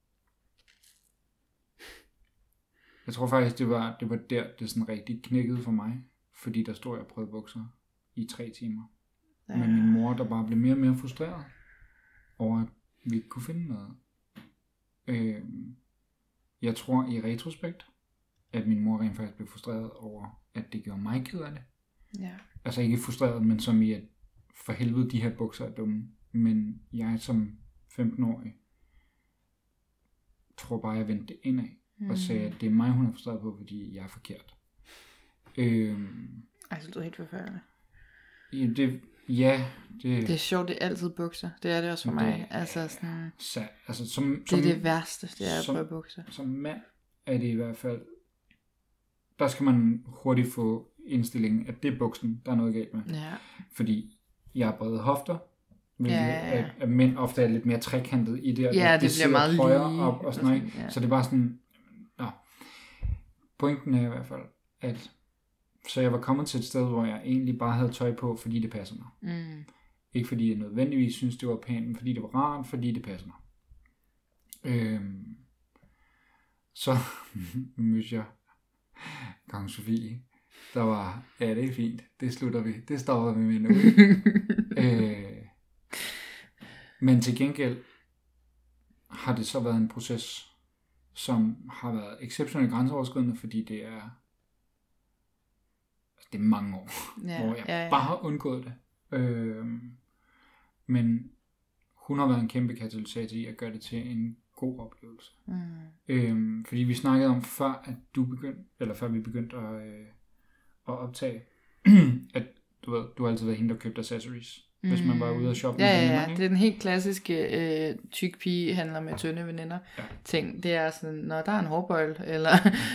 Jeg tror faktisk, det var, det var der, det sådan rigtig knækkede for mig, fordi der stod jeg og prøvede bukser i tre timer. Ja. Men min mor, der bare blev mere og mere frustreret over, at vi ikke kunne finde noget. Øh, jeg tror i retrospekt, at min mor rent faktisk blev frustreret over, at det gjorde mig ked af det. Ja. Altså ikke frustreret, men som i, at for helvede, de her bukser er dumme. Men jeg som femten-årig tror bare, jeg vendte det indad. Mm. Og sagde, at det er mig, hun er frustreret på, fordi jeg er forkert. Øhm, altså, det er helt forfærdeligt. Ja, det, ja, det... Det er sjovt, det er altid bukser. Det er det også for mig. Det, altså, sådan, så, altså, som, det som, er det værste, det er at som, prøve bukser. Som mand er det i hvert fald... Der skal man hurtigt få indstillingen, at det er buksen, der er noget galt med. Ja. Fordi jeg har brede hofter, hvilket ja, ja, ja. At, at mænd ofte er lidt mere trekantet i det, og ja, det, det, det bliver meget højere lige, op og sådan noget. Ja. Så det er bare sådan... Nå. Pointen er i hvert fald, at så jeg var kommet til et sted, hvor jeg egentlig bare havde tøj på, fordi det passer mig. Mm. Ikke fordi jeg nødvendigvis synes, det var pænt, men fordi det var rart, fordi det passer mig. Øhm, så mødte jeg Kong Sofie, der var, ja, det er fint, det slutter vi, det stopper vi med nu. øh, men til gengæld har det så været en proces, som har været exceptionelt grænseoverskridende, fordi det er det er mange år, ja, hvor jeg ja, ja. bare har undgået det. Øh, men hun har været en kæmpe katalysator i at gøre det til en god oplevelse. Mm. Øh, fordi vi snakkede om før, at du begyndte, eller før vi begyndte at, øh, at optage, at du ved, du har altid været hende, der købte accessories, mm. hvis man var ude og shoppe. Ja, ja, ja. Veninder, det er den helt klassiske øh, tyk pige handler med tynde veninder ja. ting. Det er sådan, når der er en hårbøjle, eller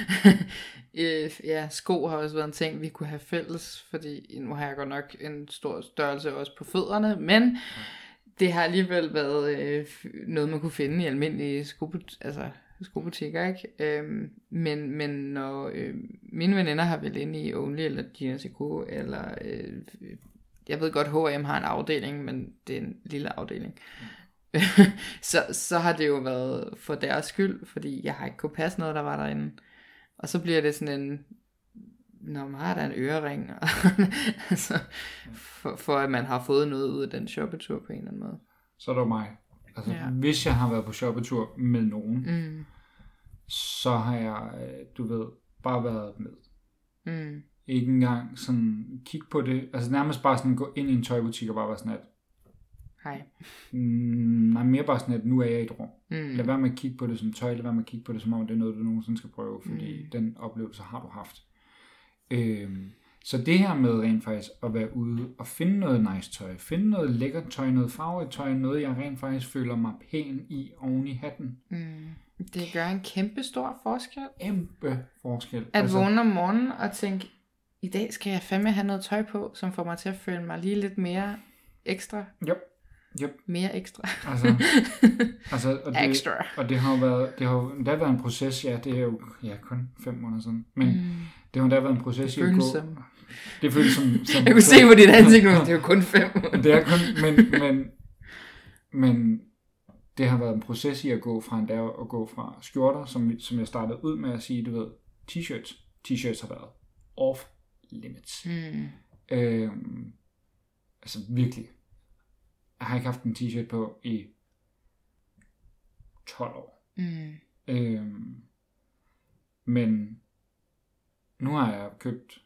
øh, ja, sko har også været en ting, vi kunne have fælles, fordi nu har jeg godt nok en stor størrelse også på fødderne, men ja. det har alligevel været øh, noget, man kunne finde i almindelige skobut- altså, skobutikker, ikke? Øhm, men, men når øh, mine veninder har vel inde i Only, eller Gina Seco, eller øh, jeg ved godt, H og M har en afdeling, men det er en lille afdeling. Mm. så, så har det jo været for deres skyld, fordi jeg har ikke kunne passe noget, der var derinde. Og så bliver det sådan en, når man har der en ørering, altså, for, for at man har fået noget ud af den shoppetur på en eller anden måde. Så er det jo mig. Altså, ja. Hvis jeg har været på shoppetur med nogen, mm. så har jeg, du ved, bare været med. Mm. Ikke engang sådan kigge på det. Altså nærmest bare sådan gå ind i en tøjbutik og bare være sådan at hej. Mm, nej, mere bare sådan at nu er jeg i et rum. Mm. Lad være med at kigge på det som tøj, lad være med at kigge på det som om det er noget, du nogensinde skal prøve, fordi mm. den oplevelse har du haft. Øhm, så det her med rent faktisk at være ude og finde noget nice tøj, finde noget lækkert tøj, noget farvet tøj, noget jeg rent faktisk føler mig pæn i oven i hatten. Mm. Det gør en kæmpe stor forskel. Kæmpe forskel. At altså, vågne om morgenen og tænke, i dag skal jeg fandme have noget tøj på, som får mig til at føle mig lige lidt mere ekstra. Yep. Yep. Mere ekstra. Altså, altså og det, ekstra. Og det har jo været, det har jo da været en proces, ja, det er jo ja, kun fem måneder siden, men mm. det har jo da været en proces det i at gå. Som, det føles som, som jeg kunne se på dit ansigt nu, det er jo kun fem måneder. Det er kun, men, men, men det har været en proces i at gå fra en dag og gå fra skjorter, som, som jeg startede ud med at sige, du ved, t-shirts. T-shirts har været off limits. Mm. Øhm, altså virkelig. Jeg har ikke haft en t-shirt på i tolv år. Mm. Øhm, men nu har jeg købt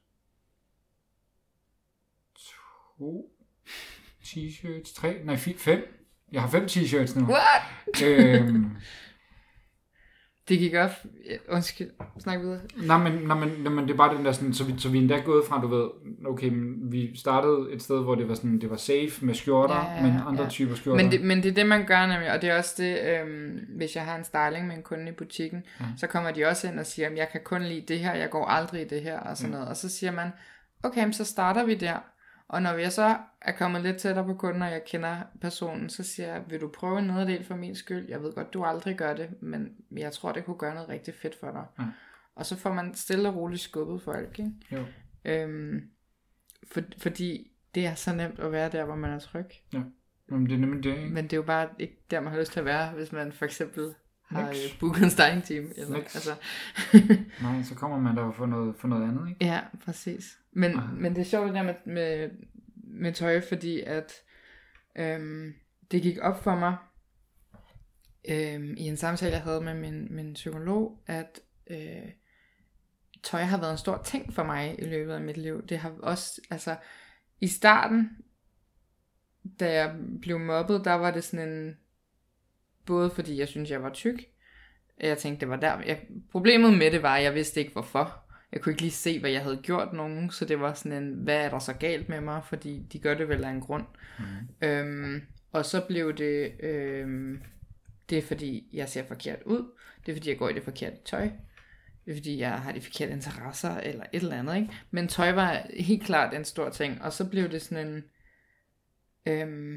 to t-shirts, tre, nej fem. Jeg har fem t-shirts nu. What? Øhm, det gik op. Undskyld, snak videre. Nej, men, nej, men, nej, men det er bare den der sådan, så vi, så vi endda gået fra, du ved, okay, men vi startede et sted, hvor det var sådan, det var safe med skjorter, ja, ja, men andre ja. typer skjorter. Men det, men det er det, man gør nemlig, og det er også det, øhm, hvis jeg har en styling med en kunde i butikken, ja. så kommer de også ind og siger, at jeg kan kun lide det her, jeg går aldrig i det her, og sådan ja. noget. Og så siger man, okay, så starter vi der. Og når vi så er kommet lidt tættere på kunden, og jeg kender personen, så siger jeg, vil du prøve en nederdel for min skyld? Jeg ved godt, du aldrig gør det, men jeg tror, det kunne gøre noget rigtig fedt for dig. Ja. Og så får man stille og roligt skubbet folk, ikke? Jo. Øhm, for, fordi det er så nemt at være der, hvor man er tryg. Ja, men det er nemlig det, ikke? Men det er jo bare ikke der, man har lyst til at være, hvis man for eksempel har Nix. booket en styling team. Eller, altså. Nej, så kommer man der for noget, for noget andet, ikke? Ja, præcis. Men, men det er sjovt det der med, med, med tøj, fordi at øhm, det gik op for mig øhm, i en samtale, jeg havde med min, min psykolog, at øh, tøj har været en stor ting for mig i løbet af mit liv. Det har også, altså i starten, da jeg blev mobbet, der var det sådan en, både fordi jeg synes jeg var tyk, jeg tænkte det var der, jeg, problemet med det var, at jeg vidste ikke hvorfor. Jeg kunne ikke lige se, hvad jeg havde gjort nogen, så det var sådan en, hvad er der så galt med mig, fordi de gør det vel af en grund. Mm. Øhm, og så blev det, øhm, det er fordi, jeg ser forkert ud, det er fordi, jeg går i det forkerte tøj, det er fordi, jeg har de forkerte interesser, eller et eller andet, ikke? Men tøj var helt klart en stor ting, og så blev det sådan en, øhm,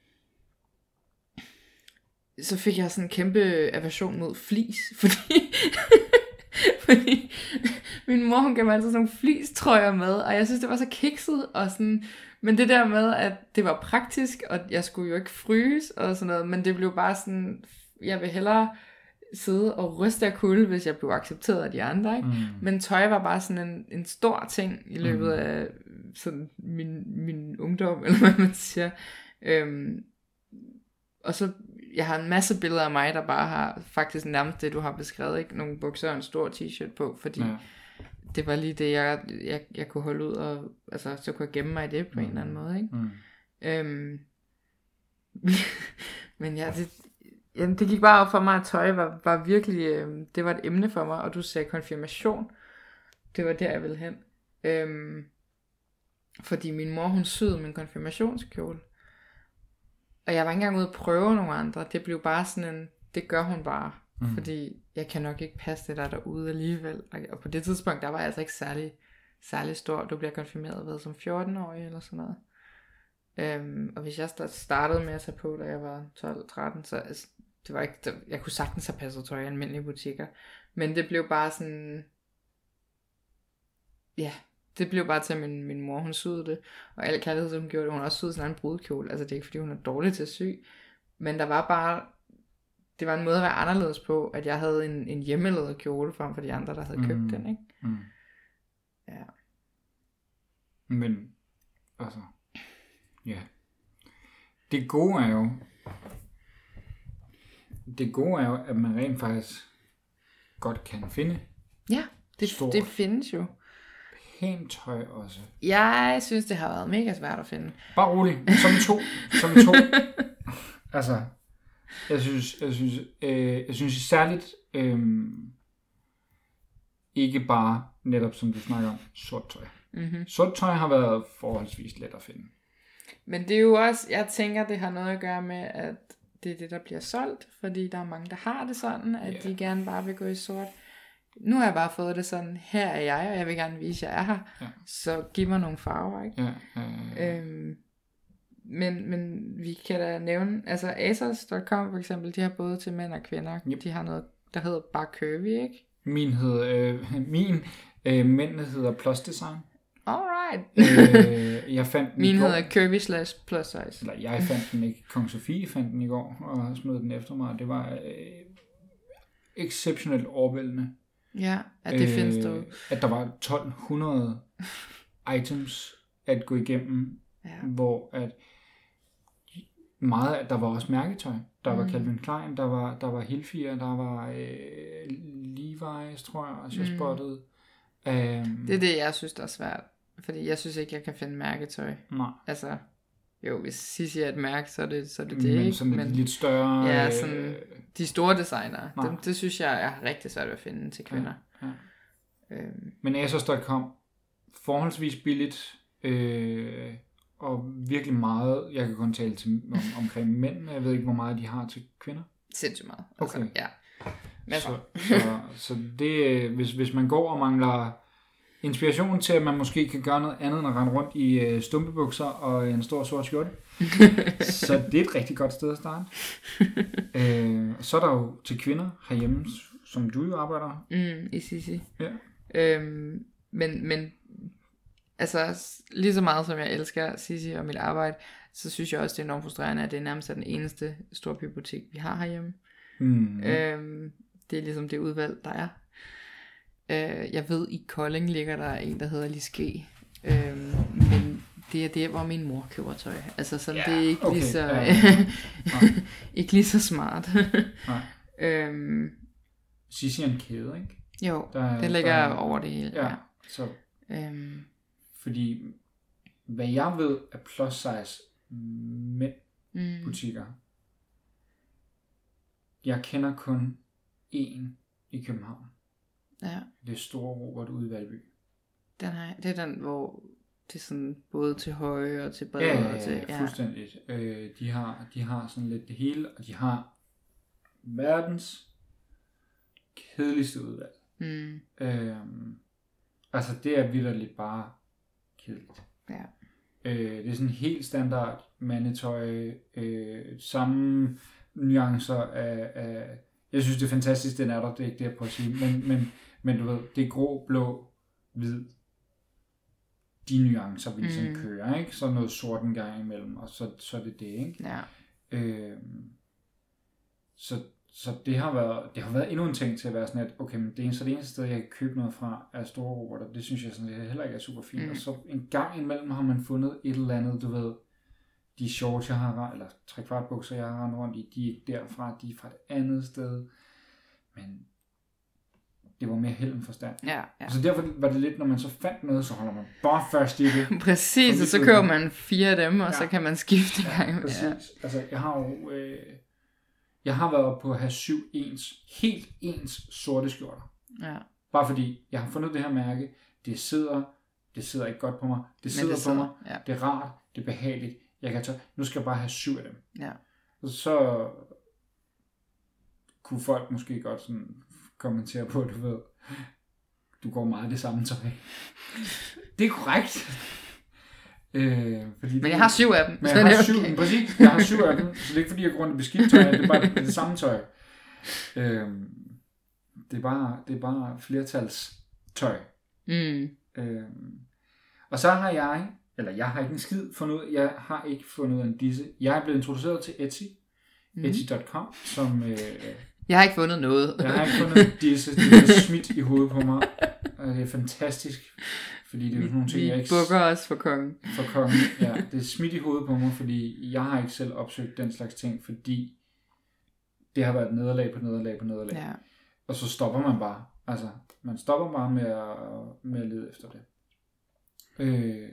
så fik jeg sådan en kæmpe aversion mod flis, fordi, fordi min mor, hun gav mig altid sådan nogle fleecetrøjer med, og jeg synes, det var så kikset, og sådan, men det der med, at det var praktisk, og jeg skulle jo ikke fryse, og sådan noget, men det blev bare sådan, jeg vil hellere sidde og ryste af kulde, hvis jeg blev accepteret af de andre, ikke? Mm. Men tøj var bare sådan en, en stor ting i løbet af sådan min, min ungdom, eller hvad man siger. Øhm, og så, jeg har en masse billeder af mig, der bare har faktisk nærmest det, du har beskrevet, ikke? Nogle bukser og en stor t-shirt på, fordi ja. Det var lige det, jeg, jeg, jeg kunne holde ud, og altså, så kunne jeg gemme mig i det på mm. en eller anden måde, ikke? Mm. Øhm, men ja, det, jamen, det gik bare op for mig, at tøj var, var virkelig, øh, det var et emne for mig, og du sagde konfirmation, det var der, jeg ville hen. Øhm, fordi min mor, hun syede min konfirmationskjole, og jeg var ikke engang ude at prøve nogle andre, det blev bare sådan en, det gør hun bare, mm. fordi jeg kan nok ikke passe det der derude alligevel, og på det tidspunkt, der var jeg altså ikke særlig, særlig stor, du bliver konfirmeret ved som fjorten-årig eller sådan noget. Øhm, og hvis jeg startede med at tage på, da jeg var tolv tretten, så altså, det var ikke, det, jeg kunne sagtens have passet tøj i almindelige butikker, men det blev bare sådan, ja, det blev bare til, at min, min mor, hun syede det, og al kærlighed, som hun gjorde det, hun også syede sådan en brudekjole, altså det er ikke fordi, hun er dårlig til at sy, men der var bare, det var en måde at være anderledes på, at jeg havde en, en hjemmelavet kjole, frem for de andre, der havde købt mm. den, ikke? Mm. Ja. Men, altså, ja, det gode er jo, det gode er jo, at man rent faktisk godt kan finde. Ja, det, det findes jo. Pænt tøj også. Jeg synes, det har været mega svært at finde. Bare rolig, som to, som to. Altså, jeg synes, jeg synes, øh, jeg synes særligt, øh, ikke bare netop som du snakker om, sort tøj. Mm-hmm. Sort tøj har været forholdsvis let at finde. Men det er jo også, jeg tænker, det har noget at gøre med, at det er det, der bliver solgt, fordi der er mange, der har det sådan, at yeah. de gerne bare vil gå i sort. Nu har jeg bare fået det sådan, her er jeg, og jeg vil gerne vise, at jeg er her. Ja. Så giv mig nogle farver, ikke? Ja, ja, ja, ja. Øhm, men, men vi kan da nævne, altså asos punktum com for eksempel, de har både til mænd og kvinder. Yep. De har noget, der hedder bare curvy, ikke? Min hedder, øh, min øh, mændene hedder plus design. Alright. øh, jeg fandt den Min hedder curvy slash plus size. Eller jeg fandt den ikke, Kong Sofie fandt den i går, og smed den efter mig. Det var øh, exceptionelt overvældende. Ja, at det øh, findes der. At der var tolv hundrede items at gå igennem, ja. Hvor at meget, der var også mærketøj. Der mm. var Calvin Klein, der var, der var Hilfiger, der var øh, Levi's, tror jeg, også jeg mm. spottede. Um, det er det, jeg synes, der er svært. Fordi jeg synes ikke, jeg kan finde mærketøj. Nej. Altså, jo, hvis Sissi er et mærke, så er det så er det, det men, ikke. Sådan men lidt større... Ja, sådan de store designere. Det, det synes jeg er rigtig svært at finde til kvinder. Ja, ja. Øhm. Men asos punktum com, forholdsvis billigt, øh, og virkelig meget, jeg kan kun tale til, om, omkring mænd, jeg ved ikke, hvor meget de har til kvinder. Sindssygt meget. Okay. Altså, ja. Så, så, så det, hvis, hvis man går og mangler inspiration til, at man måske kan gøre noget andet, end at rende rundt i øh, stumpebukser og en stor sort skjorte. Så det er et rigtig godt sted at starte. øh, så er der jo til kvinder herhjemme, som du jo arbejder. Mm, i Sissi. Ja. Øhm, men, men altså lige så meget som jeg elsker Sissi og mit arbejde, så synes jeg også, det er enormt frustrerende, at det er nærmest den eneste store bibliotek, vi har herhjemme. Mm. Øhm, det er ligesom det udvalg, der er. Øh, jeg ved, i Kolding ligger der en, der hedder Lis G. Øhm, men det er der, hvor min mor køber tøj. Altså, så yeah, det er ikke, okay, lige så, ja, ja. ikke lige så smart. Nej. øhm, Sissi er en kæde, ikke? Jo, der, det ligger der, over det hele. Ja, ja. så... Øhm, fordi, hvad jeg ved af plus size mænd mm. butikker, jeg kender kun én i København. Ja. Det er Store Robert ude i Valby. Den her, det er den, hvor det er sådan både til høje og til bredde. Ja, ja, ja, og til, ja. fuldstændig. Øh, de, har, de har sådan lidt det hele, og de har verdens kedeligste udvalg. Mm. Øhm, altså, det er vitterligt bare kedeligt. Ja. Øh, det er sådan helt standard mandetøj, øh, samme nuancer af, af... Jeg synes, det er fantastisk, den er der, det er ikke det, jeg prøver at sige. Men, men, men du ved, det er grå, blå, hvid. De nuancer, vi ligesom mm. kører, ikke? Så noget sort en gang imellem, og så, så er det det, ikke? Ja. Øh, så, så det har været, det har været endnu en ting til at være sådan, at okay, men det er så det eneste sted, jeg kan købe noget fra, er Store Robert, og det synes jeg sådan, det heller ikke er super fint. Mm. Og så en gang imellem har man fundet et eller andet, du ved, de shorts, jeg har, eller trekvart bukser, jeg har rendt rundt i, de er ikke derfra, de er fra et andet sted. Men det var mere held end forstand. Ja, ja. Så derfor var det lidt, når man så fandt noget, så holder man bare først i det. Præcis, og så køber man fire af dem, og ja. Så kan man skifte i ja, gang. Præcis. Ja. Altså, jeg har jo... Øh, jeg har været på at have syv ens, helt ens sorte skjorter. Ja. Bare fordi, jeg har fundet det her mærke, det sidder, det sidder ikke godt på mig, det sidder, det sidder på mig, ja. Det er rart, det er behageligt, jeg kan tage, nu skal jeg bare have syv af dem. Ja. Og så kunne folk måske godt sådan kommentere på, du ved, du går meget det samme tøj. Det er korrekt. Øh, fordi men jeg har syv af dem. Men jeg har syv, okay. Præcis, jeg har syv af dem, så det er ikke fordi, jeg går rundt i beskidt tøj, det er bare det, det samme tøj. Øh, det, er bare, det er bare flertals tøj. Mm. Øh, og så har jeg, eller jeg har ikke en skid fundet ud, jeg har ikke fundet ud af en disse. Jeg er blevet introduceret til Etsy, mm. etsy punktum com, som... Øh, jeg har ikke fundet noget. Jeg har ikke fundet disse, det er smidt i hovedet på mig, og det er fantastisk. Fordi det er jo sådan nogle ting, jeg ikke... Vi bukker os for kongen. For kongen, ja. Det er smidt i hovedet på mig, fordi jeg har ikke selv opsøgt den slags ting, fordi det har været nederlag på nederlag på nederlag. Ja. Og så stopper man bare. Altså, man stopper bare med at, med at lede efter det. Øh,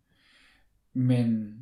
men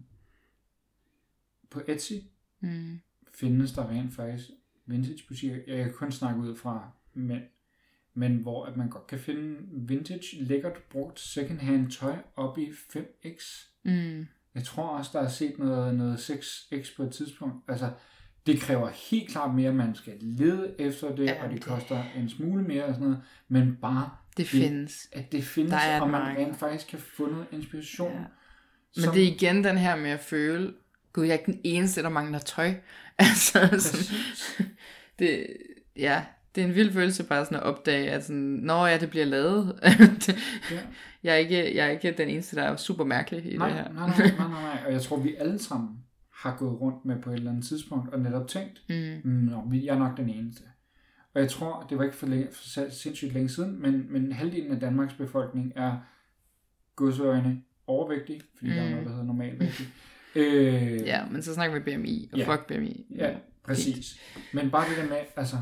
på Etsy mm. findes der rent faktisk vintage butikker. Jeg kan kun snakke ud fra mænd. Men hvor at man godt kan finde vintage, lækkert brugt second hand tøj op i fem x. Mm. Jeg tror også, der er set noget, noget seks x på et tidspunkt. Altså, det kræver helt klart mere, man skal lede efter det, ja, og det, det koster en smule mere og sådan noget. Men bare det, det findes. At det findes, og man rent faktisk kan få noget inspiration. Ja. Men som... det er igen den her med at føle, gud, jeg er ikke den eneste, der mangler tøj. Altså, sådan, det, ja... Det er en vild følelse bare sådan at opdage, at sådan, når ja, det bliver lavet. ja. jeg, er ikke, jeg er ikke den eneste, der er super mærkelig i nej, det her. nej, nej, nej, nej, og jeg tror, vi alle sammen har gået rundt med på et eller andet tidspunkt, og netop tænkt, mm. nå, jeg er nok den eneste. Og jeg tror, det var ikke for, længe, for sindssygt længe siden, men, men halvdelen af Danmarks befolkning er godsøjne overvægtig, fordi mm. der er noget, der hedder normalvægtig. øh, ja, men så snakker vi B M I, og ja, fuck B M I. Ja, præcis. Men bare det der med, altså,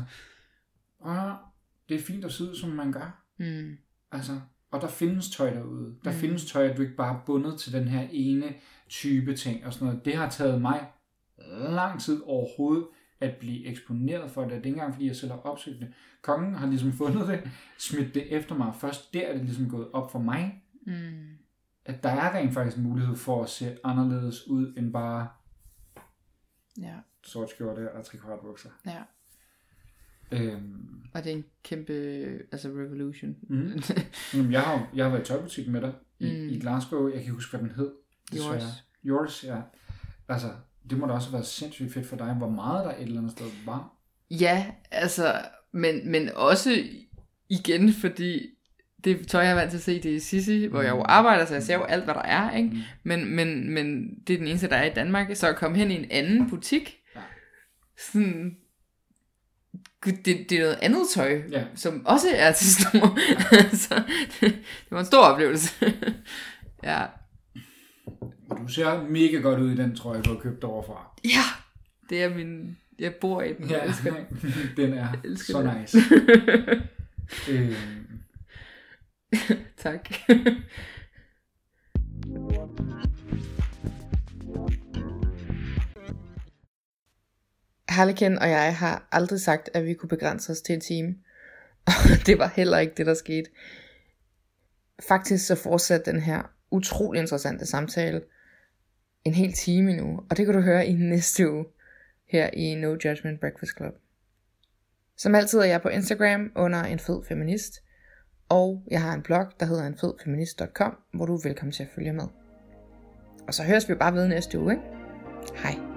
det er fint at se ud, som man gør. Mm. Altså, og der findes tøj derude. Der mm. findes tøj, at du ikke bare er bundet til den her ene type ting og sådan noget. Det har taget mig lang tid overhovedet at blive eksponeret for det. Det er ikke engang, fordi jeg selv har opsøgt det. Kongen har ligesom fundet det, smidt det efter mig. Først der er det ligesom gået op for mig, mm. at der er rent faktisk en mulighed for at se anderledes ud, end bare ja. sort skjorte og trekvart bukser. Ja. Øhm, Og det er en kæmpe, altså revolution. mm. jeg, har, jeg har været i tøjbutik med dig i, Mm. i Glasgow. Jeg kan ikke huske, hvad den hed. Desværre. Yours. Yours, ja. Altså, det må da også have været sindssygt fedt for dig, hvor meget der et eller andet sted var. Ja, altså, men, men også igen, fordi det tøj, jeg er vant til at se, det er Sissi, hvor jeg jo arbejder, så jeg ser jo alt, hvad der er, ikke? Mm. Men, men, men det er den eneste, der er i Danmark, så at komme hen i en anden butik, Ja. sådan, gud, det, det er noget andet tøj, Ja. som også er til stor. Så det, det var en stor oplevelse. Ja. Du ser mega godt ud i den trøje, du har købt overfra. Ja, det er min, jeg bor i den. Ja, Jeg elsker den. den er elsker så den. nice. øhm. Tak. Harlekin og jeg har aldrig sagt, at vi kunne begrænse os til en time. Og det var heller ikke det, der skete. Faktisk så fortsatte den her utrolig interessante samtale en hel time nu. Og det kan du høre i næste uge her i No Judgment Breakfast Club. Som altid er jeg på Instagram under en fed feminist. Og jeg har en blog, der hedder en fed feminist punktum com, hvor du er velkommen til at følge med. Og så høres vi bare ved næste uge, ikke? Hej.